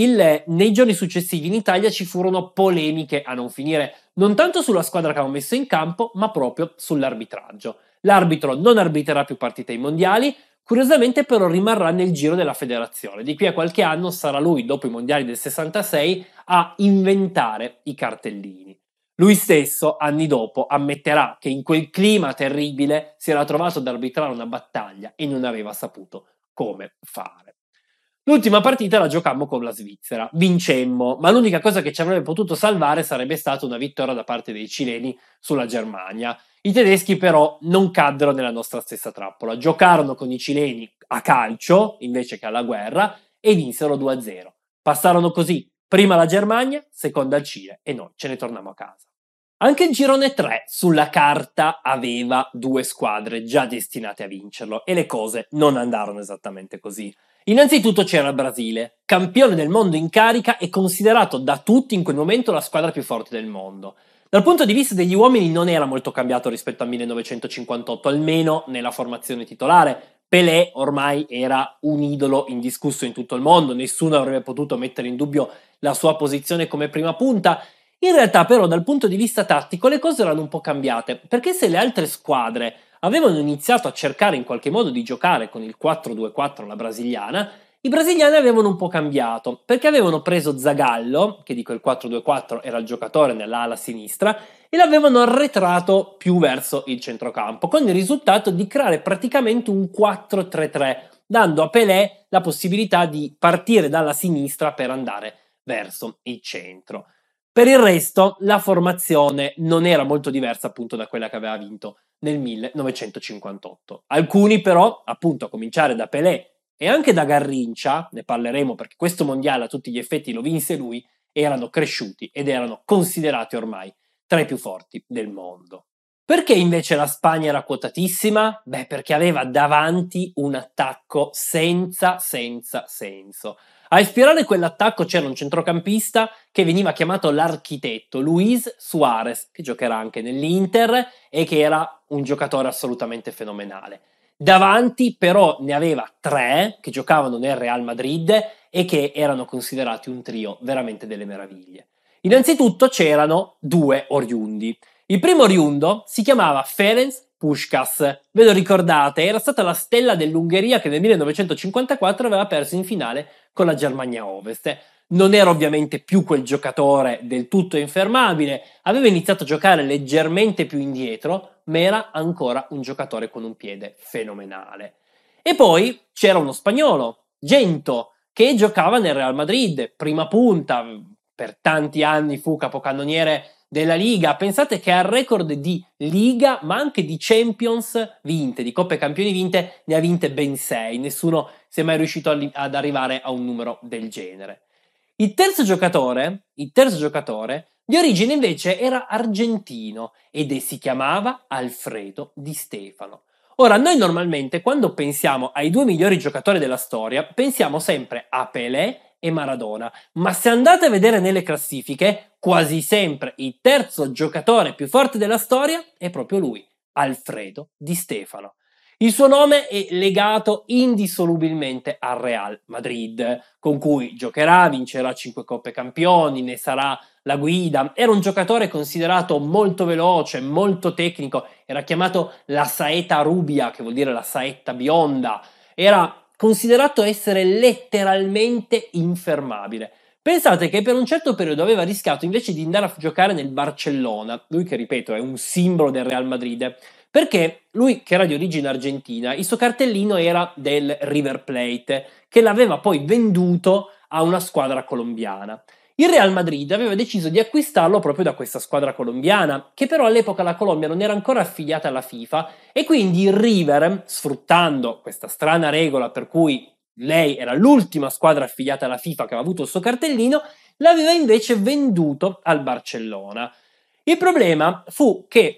nei giorni successivi in Italia ci furono polemiche a non finire, non tanto sulla squadra che avevamo messo in campo, ma proprio sull'arbitraggio. L'arbitro non arbitrerà più partite ai mondiali, curiosamente però rimarrà nel giro della federazione. Di qui a qualche anno sarà lui, dopo i mondiali del 66, a inventare i cartellini. Lui stesso, anni dopo, ammetterà che in quel clima terribile si era trovato ad arbitrare una battaglia e non aveva saputo come fare. L'ultima partita la giocammo con la Svizzera, vincemmo, ma l'unica cosa che ci avrebbe potuto salvare sarebbe stata una vittoria da parte dei cileni sulla Germania. I tedeschi però non caddero nella nostra stessa trappola, giocarono con i cileni a calcio invece che alla guerra e vinsero 2-0. Passarono così prima la Germania, seconda il Cile e noi ce ne torniamo a casa. Anche il girone 3 sulla carta aveva 2 squadre già destinate a vincerlo e le cose non andarono esattamente così. Innanzitutto c'era il Brasile, campione del mondo in carica e considerato da tutti in quel momento la squadra più forte del mondo. Dal punto di vista degli uomini non era molto cambiato rispetto al 1958, almeno nella formazione titolare. Pelé ormai era un idolo indiscusso in tutto il mondo, nessuno avrebbe potuto mettere in dubbio la sua posizione come prima punta. In realtà però dal punto di vista tattico le cose erano un po' cambiate, perché se le altre squadre avevano iniziato a cercare in qualche modo di giocare con il 4-2-4 alla brasiliana, i brasiliani avevano un po' cambiato, perché avevano preso Zagallo, che di quel 4-2-4 era il giocatore nell'ala sinistra, e l'avevano arretrato più verso il centrocampo, con il risultato di creare praticamente un 4-3-3, dando a Pelé la possibilità di partire dalla sinistra per andare verso il centro. Per il resto, la formazione non era molto diversa appunto da quella che aveva vinto nel 1958. Alcuni però, appunto a cominciare da Pelé e anche da Garrincha, ne parleremo perché questo mondiale a tutti gli effetti lo vinse lui, erano cresciuti ed erano considerati ormai tra i più forti del mondo. Perché invece la Spagna era quotatissima? Beh, perché aveva davanti un attacco senza senso. A ispirare quell'attacco c'era un centrocampista che veniva chiamato l'architetto, Luis Suarez, che giocherà anche nell'Inter e che era un giocatore assolutamente fenomenale. Davanti però ne aveva 3 che giocavano nel Real Madrid e che erano considerati un trio veramente delle meraviglie. Innanzitutto c'erano 2 oriundi. Il primo oriundo si chiamava Ferenc Puskás, ve lo ricordate? Era stata la stella dell'Ungheria che nel 1954 aveva perso in finale con la Germania Ovest. Non era ovviamente più quel giocatore del tutto infermabile, aveva iniziato a giocare leggermente più indietro, ma era ancora un giocatore con un piede fenomenale. E poi c'era uno spagnolo, Gento, che giocava nel Real Madrid, prima punta, per tanti anni fu capocannoniere della Liga. Pensate che al record di Liga ma anche di Champions vinte, di Coppe Campioni vinte, ne ha vinte ben 6, nessuno si è mai riuscito ad arrivare a un numero del genere. Il terzo giocatore di origine invece era argentino ed si chiamava Alfredo Di Stefano. Ora, noi normalmente quando pensiamo ai 2 migliori giocatori della storia pensiamo sempre a Pelé e Maradona, ma se andate a vedere nelle classifiche, quasi sempre il terzo giocatore più forte della storia è proprio lui, Alfredo Di Stefano. Il suo nome è legato indissolubilmente al Real Madrid, con cui giocherà, vincerà 5 Coppe Campioni, ne sarà la guida. Era un giocatore considerato molto veloce, molto tecnico, era chiamato la saeta rubia, che vuol dire la saetta bionda. Era considerato essere letteralmente infermabile. Pensate che per un certo periodo aveva rischiato invece di andare a giocare nel Barcellona, lui che ripeto è un simbolo del Real Madrid, perché lui che era di origine argentina, il suo cartellino era del River Plate, che l'aveva poi venduto a una squadra colombiana. Il Real Madrid aveva deciso di acquistarlo proprio da questa squadra colombiana, che però all'epoca la Colombia non era ancora affiliata alla FIFA e quindi il River, sfruttando questa strana regola per cui lei era l'ultima squadra affiliata alla FIFA che aveva avuto il suo cartellino, l'aveva invece venduto al Barcellona. Il problema fu che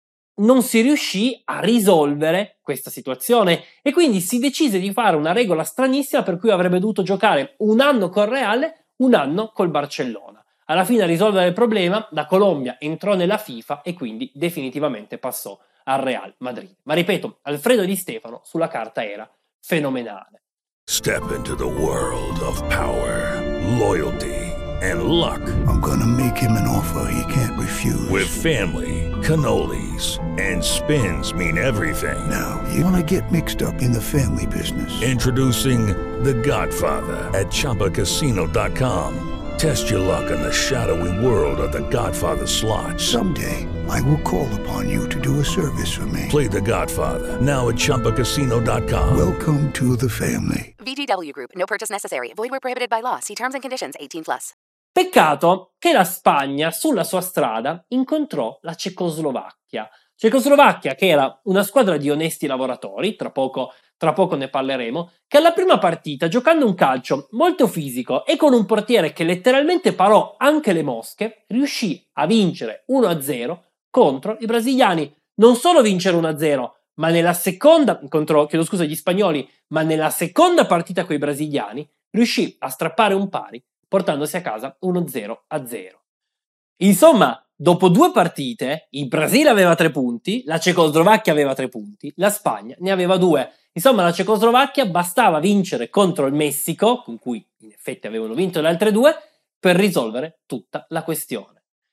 non si riuscì a risolvere questa situazione e quindi si decise di fare una regola stranissima per cui avrebbe dovuto giocare un anno col Real, un anno col Barcellona. Alla fine a risolvere il problema la Colombia entrò nella FIFA e quindi definitivamente passò al Real Madrid. Ma ripeto, Alfredo Di Stefano sulla carta era fenomenale. Step into the world of power, loyalty, and luck. I'm gonna make him an offer he can't refuse. With family, cannolis, and spins mean everything. Now, you wanna get mixed up in the family business. Introducing The Godfather at ChumbaCasino.com. Test your luck in the shadowy world of The Godfather slot. Someday, I will call upon you to do a service for me. Play The Godfather, now at ChumbaCasino.com. Welcome to the family. VGW Group. No purchase necessary. Void where prohibited by law. See terms and conditions. 18+. Peccato che la Spagna sulla sua strada incontrò la Cecoslovacchia. Cecoslovacchia che era una squadra di onesti lavoratori, tra poco ne parleremo, che alla prima partita, giocando un calcio molto fisico e con un portiere che letteralmente parò anche le mosche, riuscì a vincere 1-0 contro i brasiliani. Non solo vincere 1-0, ma nella seconda, gli spagnoli, ma nella seconda partita con i brasiliani riuscì a strappare un pari, portandosi a casa 1-0-0. Insomma, dopo 2 partite, il Brasile aveva 3 punti, la Cecoslovacchia aveva 3 punti, la Spagna ne aveva 2. Insomma, la Cecoslovacchia bastava vincere contro il Messico, con cui in effetti avevano vinto le altre 2, per risolvere tutta la questione.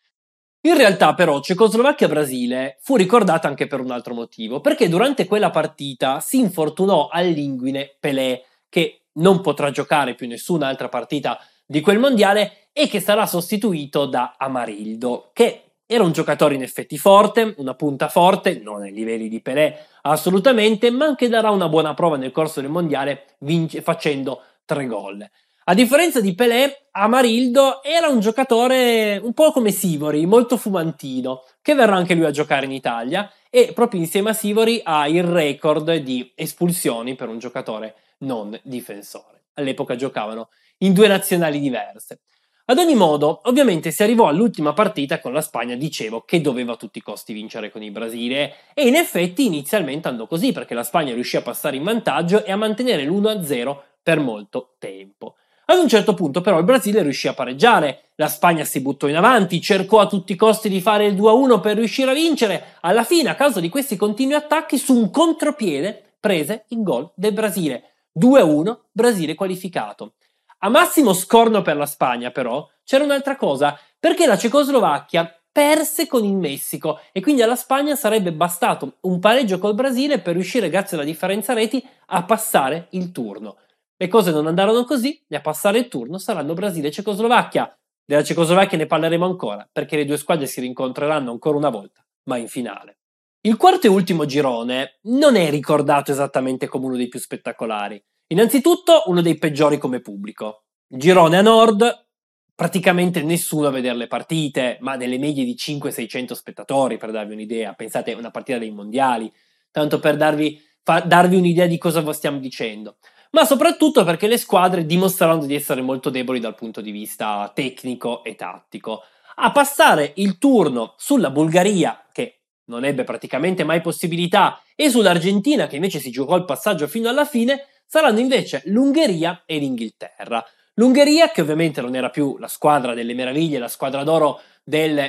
In realtà però Cecoslovacchia-Brasile fu ricordata anche per un altro motivo, perché durante quella partita si infortunò all'inguine Pelé, che non potrà giocare più nessun'altra partita di quel mondiale e che sarà sostituito da Amarildo, che era un giocatore in effetti forte, una punta forte, non ai livelli di Pelé assolutamente, ma che darà una buona prova nel corso del mondiale facendo 3 gol. A differenza di Pelé, Amarildo era un giocatore un po' come Sivori, molto fumantino, che verrà anche lui a giocare in Italia e proprio insieme a Sivori ha il record di espulsioni per un giocatore non difensore. All'epoca giocavano in 2 nazionali diverse. Ad ogni modo, ovviamente si arrivò all'ultima partita con la Spagna, dicevo, che doveva a tutti i costi vincere con il Brasile e in effetti inizialmente andò così perché la Spagna riuscì a passare in vantaggio e a mantenere l'1-0 per molto tempo. Ad un certo punto però il Brasile riuscì a pareggiare, la Spagna si buttò in avanti, cercò a tutti i costi di fare il 2-1 per riuscire a vincere, alla fine a causa di questi continui attacchi su un contropiede prese il gol del Brasile, 2-1, Brasile qualificato. A massimo scorno per la Spagna però c'era un'altra cosa, perché la Cecoslovacchia perse con il Messico e quindi alla Spagna sarebbe bastato un pareggio col Brasile per riuscire grazie alla differenza reti a passare il turno. Le cose non andarono così e a passare il turno saranno Brasile e Cecoslovacchia. Della Cecoslovacchia ne parleremo ancora, perché le 2 squadre si rincontreranno ancora una volta, ma in finale. Il quarto e ultimo girone non è ricordato esattamente come uno dei più spettacolari. Innanzitutto uno dei peggiori come pubblico. Girone a nord, praticamente nessuno a vedere le partite, ma nelle medie di 500-600 spettatori, per darvi un'idea. Pensate a una partita dei mondiali, tanto per darvi un'idea di cosa stiamo dicendo. Ma soprattutto perché le squadre dimostrarono di essere molto deboli dal punto di vista tecnico e tattico. A passare il turno sulla Bulgaria, che non ebbe praticamente mai possibilità, e sull'Argentina, che invece si giocò il passaggio fino alla fine, saranno invece l'Ungheria e l'Inghilterra. L'Ungheria, che ovviamente non era più la squadra delle meraviglie, la squadra d'oro del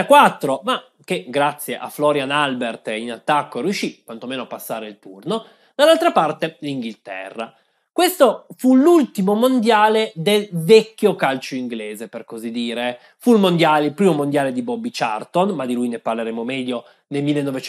54, ma che grazie a Florian Albert in attacco riuscì quantomeno a passare il turno. Dall'altra parte l'Inghilterra. Questo fu l'ultimo mondiale del vecchio calcio inglese, per così dire. Fu il primo mondiale di Bobby Charlton, ma di lui ne parleremo meglio nel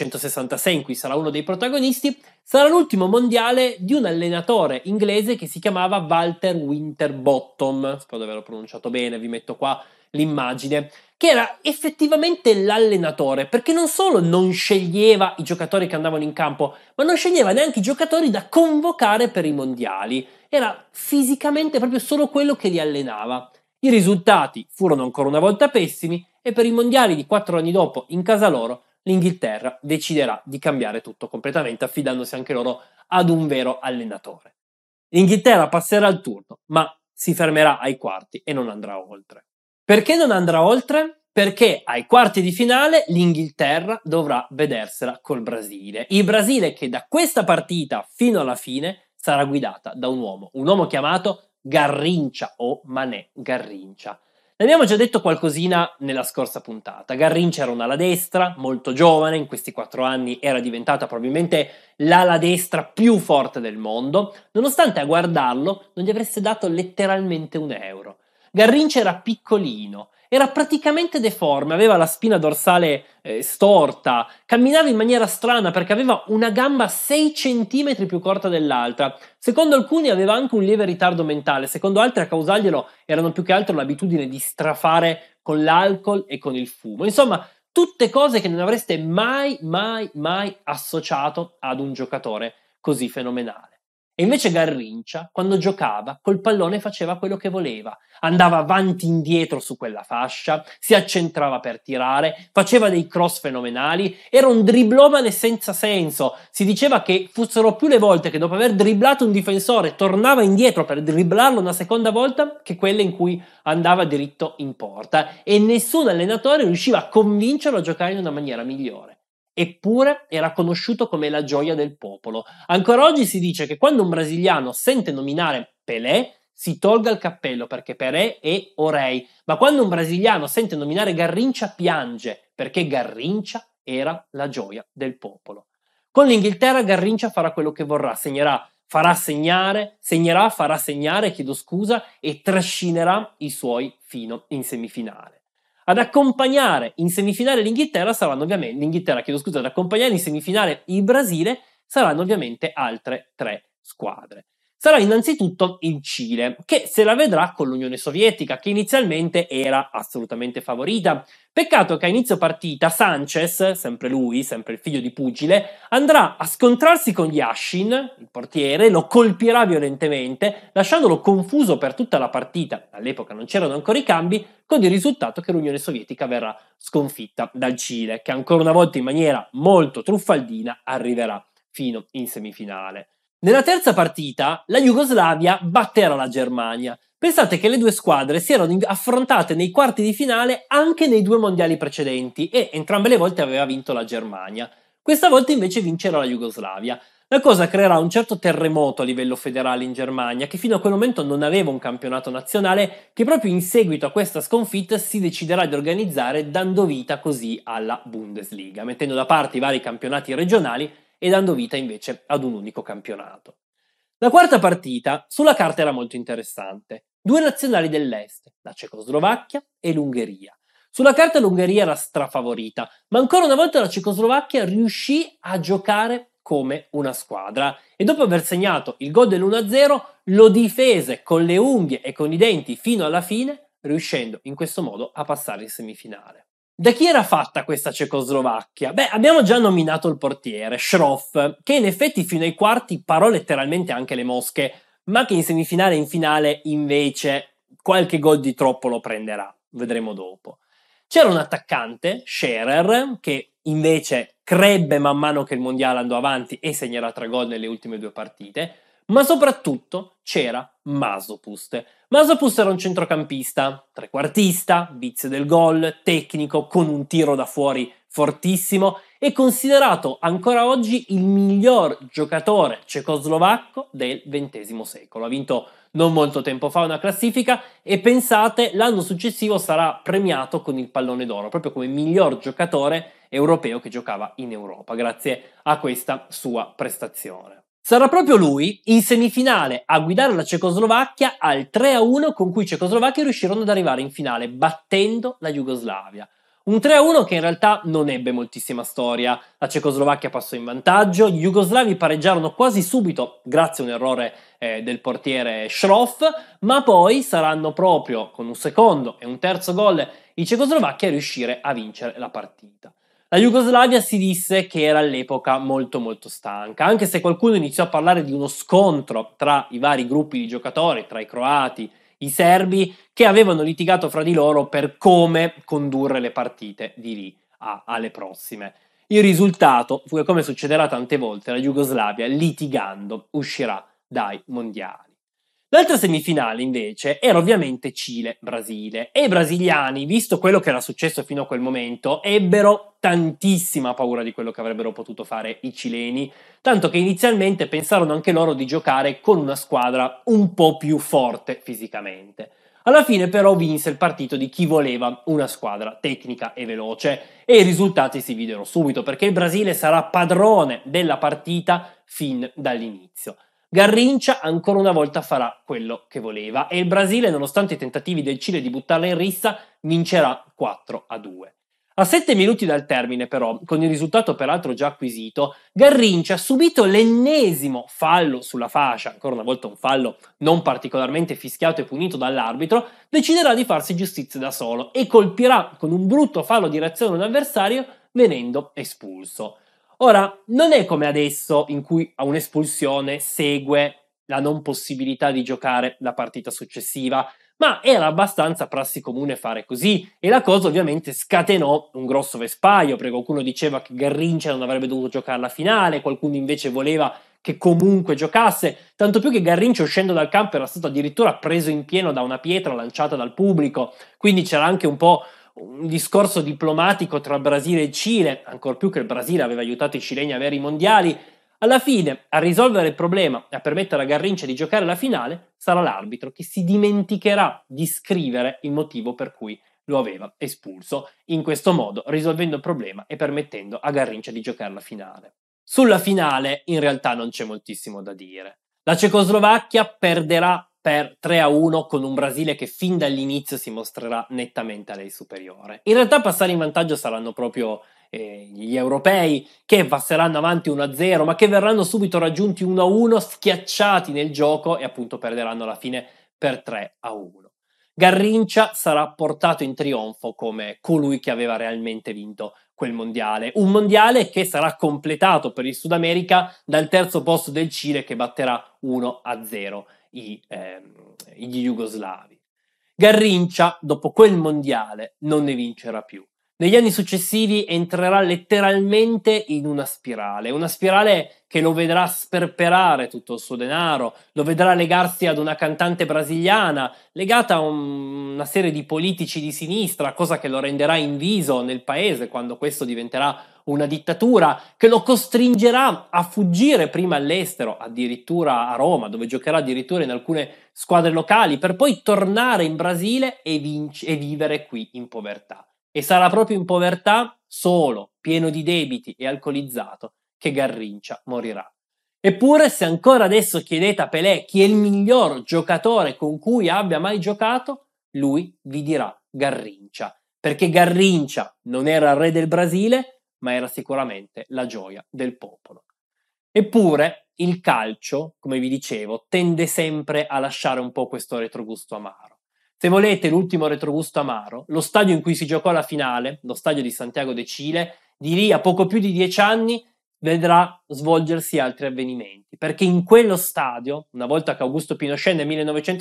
1966, in cui sarà uno dei protagonisti. Sarà l'ultimo mondiale di un allenatore inglese che si chiamava Walter Winterbottom. Spero di averlo pronunciato bene, vi metto qua l'immagine, che era effettivamente l'allenatore, perché non solo non sceglieva i giocatori che andavano in campo, ma non sceglieva neanche i giocatori da convocare per i mondiali. Era fisicamente proprio solo quello che li allenava. I risultati furono ancora una volta pessimi e per i mondiali di 4 anni dopo, in casa loro, l'Inghilterra deciderà di cambiare tutto completamente, affidandosi anche loro ad un vero allenatore. L'Inghilterra passerà il turno, ma si fermerà ai quarti e non andrà oltre. Perché non andrà oltre? Perché ai quarti di finale l'Inghilterra dovrà vedersela col Brasile. Il Brasile che da questa partita fino alla fine sarà guidata da un uomo chiamato Garrincha o Mané Garrincha. Ne abbiamo già detto qualcosina nella scorsa puntata. Garrincha era un'ala destra, molto giovane, in questi 4 anni era diventata probabilmente l'ala destra più forte del mondo, nonostante a guardarlo non gli avreste dato letteralmente un euro. Garrincha era piccolino, era praticamente deforme, aveva la spina dorsale storta, camminava in maniera strana perché aveva una gamba 6 centimetri più corta dell'altra. Secondo alcuni aveva anche un lieve ritardo mentale, secondo altri a causarglielo erano più che altro l'abitudine di strafare con l'alcol e con il fumo. Insomma, tutte cose che non avreste mai associato ad un giocatore così fenomenale. E invece Garrincha, quando giocava, col pallone faceva quello che voleva. Andava avanti e indietro su quella fascia, si accentrava per tirare, faceva dei cross fenomenali, era un driblomane senza senso. Si diceva che fossero più le volte che dopo aver dribblato un difensore tornava indietro per dribblarlo una seconda volta che quelle in cui andava diritto in porta. E nessun allenatore riusciva a convincerlo a giocare in una maniera migliore. eppure era conosciuto come la gioia del popolo. Ancora oggi si dice che quando un brasiliano sente nominare Pelé si tolga il cappello perché Pelé è o rei, ma quando un brasiliano sente nominare Garrincha piange perché Garrincha era la gioia del popolo. Con l'Inghilterra Garrincha farà quello che vorrà, farà segnare e trascinerà i suoi fino in semifinale. Ad accompagnare in semifinale ad accompagnare in semifinale il Brasile saranno ovviamente altre 3 squadre. Sarà innanzitutto il Cile, che se la vedrà con l'Unione Sovietica, che inizialmente era assolutamente favorita. Peccato che a inizio partita Sanchez, sempre lui, sempre il figlio di pugile, andrà a scontrarsi con Yashin, il portiere, lo colpirà violentemente, lasciandolo confuso per tutta la partita. All'epoca non c'erano ancora i cambi, con il risultato che l'Unione Sovietica verrà sconfitta dal Cile, che ancora una volta in maniera molto truffaldina arriverà fino in semifinale. Nella terza partita la Jugoslavia batterà la Germania. Pensate che le due squadre si erano affrontate nei quarti di finale anche nei 2 mondiali precedenti e entrambe le volte aveva vinto la Germania. Questa volta invece vincerà la Jugoslavia. La cosa creerà un certo terremoto a livello federale in Germania, che fino a quel momento non aveva un campionato nazionale, che proprio in seguito a questa sconfitta si deciderà di organizzare, dando vita così alla Bundesliga, mettendo da parte i vari campionati regionali e dando vita invece ad un unico campionato. La quarta partita sulla carta era molto interessante. 2 nazionali dell'Est, la Cecoslovacchia e l'Ungheria. Sulla carta l'Ungheria era strafavorita, ma ancora una volta la Cecoslovacchia riuscì a giocare come una squadra e dopo aver segnato il gol dell'1-0 lo difese con le unghie e con i denti fino alla fine, riuscendo in questo modo a passare in semifinale. Da chi era fatta questa Cecoslovacchia? Abbiamo già nominato il portiere, Schroff, che in effetti fino ai quarti parò letteralmente anche le mosche, ma che in semifinale e in finale invece qualche gol di troppo lo prenderà, vedremo dopo. C'era un attaccante, Scherer, che invece crebbe man mano che il mondiale andò avanti e segnerà 3 gol nelle ultime 2 partite, ma soprattutto c'era Masopust. Masopust era un centrocampista, trequartista, vizio del gol, tecnico, con un tiro da fuori fortissimo e considerato ancora oggi il miglior giocatore cecoslovacco del XX secolo. Ha vinto non molto tempo fa una classifica e pensate, l'anno successivo sarà premiato con il pallone d'oro, proprio come miglior giocatore europeo che giocava in Europa, grazie a questa sua prestazione. Sarà proprio lui, in semifinale, a guidare la Cecoslovacchia al 3-1 con cui i cecoslovacchi riuscirono ad arrivare in finale, battendo la Jugoslavia. Un 3-1 che in realtà non ebbe moltissima storia. La Cecoslovacchia passò in vantaggio, gli jugoslavi pareggiarono quasi subito grazie a un errore del portiere Schroff, ma poi saranno proprio con un secondo e un terzo gol i cecoslovacchi a riuscire a vincere la partita. La Jugoslavia si disse che era all'epoca molto molto stanca, anche se qualcuno iniziò a parlare di uno scontro tra i vari gruppi di giocatori, tra i croati, i serbi, che avevano litigato fra di loro per come condurre le partite di lì alle prossime. Il risultato fu che, come succederà tante volte, la Jugoslavia litigando uscirà dai mondiali. L'altra semifinale invece era ovviamente Cile-Brasile e i brasiliani, visto quello che era successo fino a quel momento, ebbero tantissima paura di quello che avrebbero potuto fare i cileni, tanto che inizialmente pensarono anche loro di giocare con una squadra un po' più forte fisicamente. Alla fine però vinse il partito di chi voleva una squadra tecnica e veloce e i risultati si videro subito perché il Brasile sarà padrone della partita fin dall'inizio. Garrincha ancora una volta farà quello che voleva e il Brasile, nonostante i tentativi del Cile di buttarla in rissa, vincerà 4-2. A 7 minuti dal termine però, con il risultato peraltro già acquisito, Garrincha ha subito l'ennesimo fallo sulla fascia, ancora una volta un fallo non particolarmente fischiato e punito dall'arbitro, deciderà di farsi giustizia da solo e colpirà con un brutto fallo di reazione un avversario venendo espulso. Ora, non è come adesso in cui a un'espulsione segue la non possibilità di giocare la partita successiva, ma era abbastanza prassi comune fare così e la cosa ovviamente scatenò un grosso vespaio, perché qualcuno diceva che Garrincha non avrebbe dovuto giocare la finale, qualcuno invece voleva che comunque giocasse, tanto più che Garrincha uscendo dal campo era stato addirittura preso in pieno da una pietra lanciata dal pubblico, quindi c'era anche un po' un discorso diplomatico tra Brasile e Cile, ancor più che il Brasile aveva aiutato i cileni a avere i mondiali. Alla fine, a risolvere il problema e a permettere a Garrincha di giocare la finale, sarà l'arbitro che si dimenticherà di scrivere il motivo per cui lo aveva espulso, in questo modo risolvendo il problema e permettendo a Garrincha di giocare la finale. Sulla finale in realtà non c'è moltissimo da dire. La Cecoslovacchia perderà per 3-1 con un Brasile che fin dall'inizio si mostrerà nettamente a lei superiore. In realtà passare in vantaggio saranno proprio gli europei, che passeranno avanti 1-0 ma che verranno subito raggiunti 1-1, schiacciati nel gioco e appunto perderanno alla fine per 3-1. Garrincha sarà portato in trionfo come colui che aveva realmente vinto quel mondiale, un mondiale che sarà completato per il Sud America dal terzo posto del Cile che batterà 1-0 gli jugoslavi. Garrincha dopo quel mondiale non ne vincerà più. Negli anni successivi entrerà letteralmente in una spirale che lo vedrà sperperare tutto il suo denaro, lo vedrà legarsi ad una cantante brasiliana, legata a una serie di politici di sinistra, cosa che lo renderà inviso nel paese quando questo diventerà una dittatura, che lo costringerà a fuggire prima all'estero, addirittura a Roma, dove giocherà addirittura in alcune squadre locali, per poi tornare in Brasile e vivere qui in povertà. E sarà proprio in povertà, solo, pieno di debiti e alcolizzato, che Garrincha morirà. Eppure, se ancora adesso chiedete a Pelé chi è il miglior giocatore con cui abbia mai giocato, lui vi dirà Garrincha, perché Garrincha non era il re del Brasile, ma era sicuramente la gioia del popolo. Eppure, il calcio, come vi dicevo, tende sempre a lasciare un po' questo retrogusto amaro. Se volete l'ultimo retrogusto amaro, lo stadio in cui si giocò la finale, lo stadio di Santiago de Chile, di lì a poco più di 10 anni vedrà svolgersi altri avvenimenti, perché in quello stadio, una volta che Augusto Pinochet nel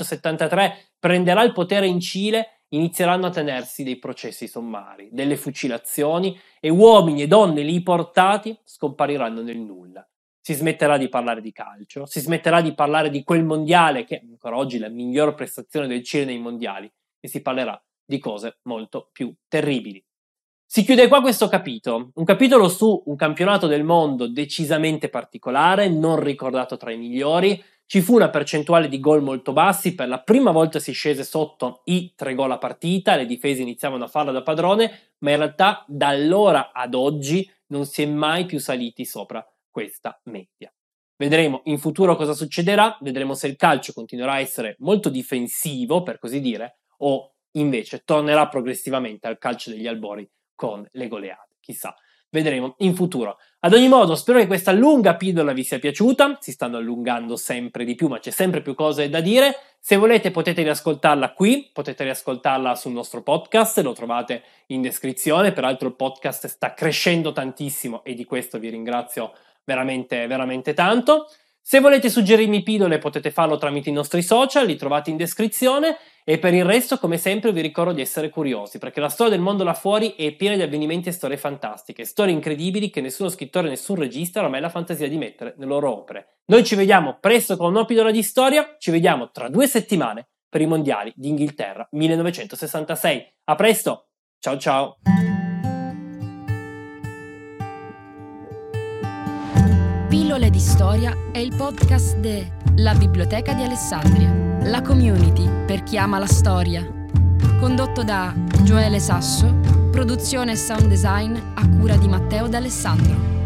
1973 prenderà il potere in Cile, inizieranno a tenersi dei processi sommari, delle fucilazioni e uomini e donne lì portati scompariranno nel nulla. Si smetterà di parlare di calcio, si smetterà di parlare di quel mondiale che è ancora oggi la miglior prestazione del Cile nei mondiali e si parlerà di cose molto più terribili. Si chiude qua questo capitolo, un capitolo su un campionato del mondo decisamente particolare, non ricordato tra i migliori. Ci fu una percentuale di gol molto bassi, per la prima volta si scese sotto i 3 gol a partita, le difese iniziavano a farla da padrone, ma in realtà da allora ad oggi non si è mai più saliti sopra questa media. Vedremo in futuro cosa succederà, vedremo se il calcio continuerà a essere molto difensivo, per così dire, o invece tornerà progressivamente al calcio degli albori con le goleade. Chissà, vedremo in futuro. Ad ogni modo, spero che questa lunga pillola vi sia piaciuta, si stanno allungando sempre di più, ma c'è sempre più cose da dire. Se volete potete riascoltarla qui, potete riascoltarla sul nostro podcast, lo trovate in descrizione, peraltro il podcast sta crescendo tantissimo e di questo vi ringrazio veramente, veramente tanto. Se volete suggerirmi pillole potete farlo tramite i nostri social, li trovate in descrizione e per il resto come sempre vi ricordo di essere curiosi perché la storia del mondo là fuori è piena di avvenimenti e storie fantastiche, storie incredibili che nessuno scrittore e nessun regista ha mai la fantasia di mettere nelle loro opere. Noi ci vediamo presto con una nuova pillola di storia, ci vediamo tra 2 settimane per i mondiali d'Inghilterra 1966. A presto, ciao ciao! Pillole di storia è il podcast della Biblioteca di Alessandria, la community per chi ama la storia. Condotto da Gioele Sasso, produzione e sound design a cura di Matteo D'Alessandro.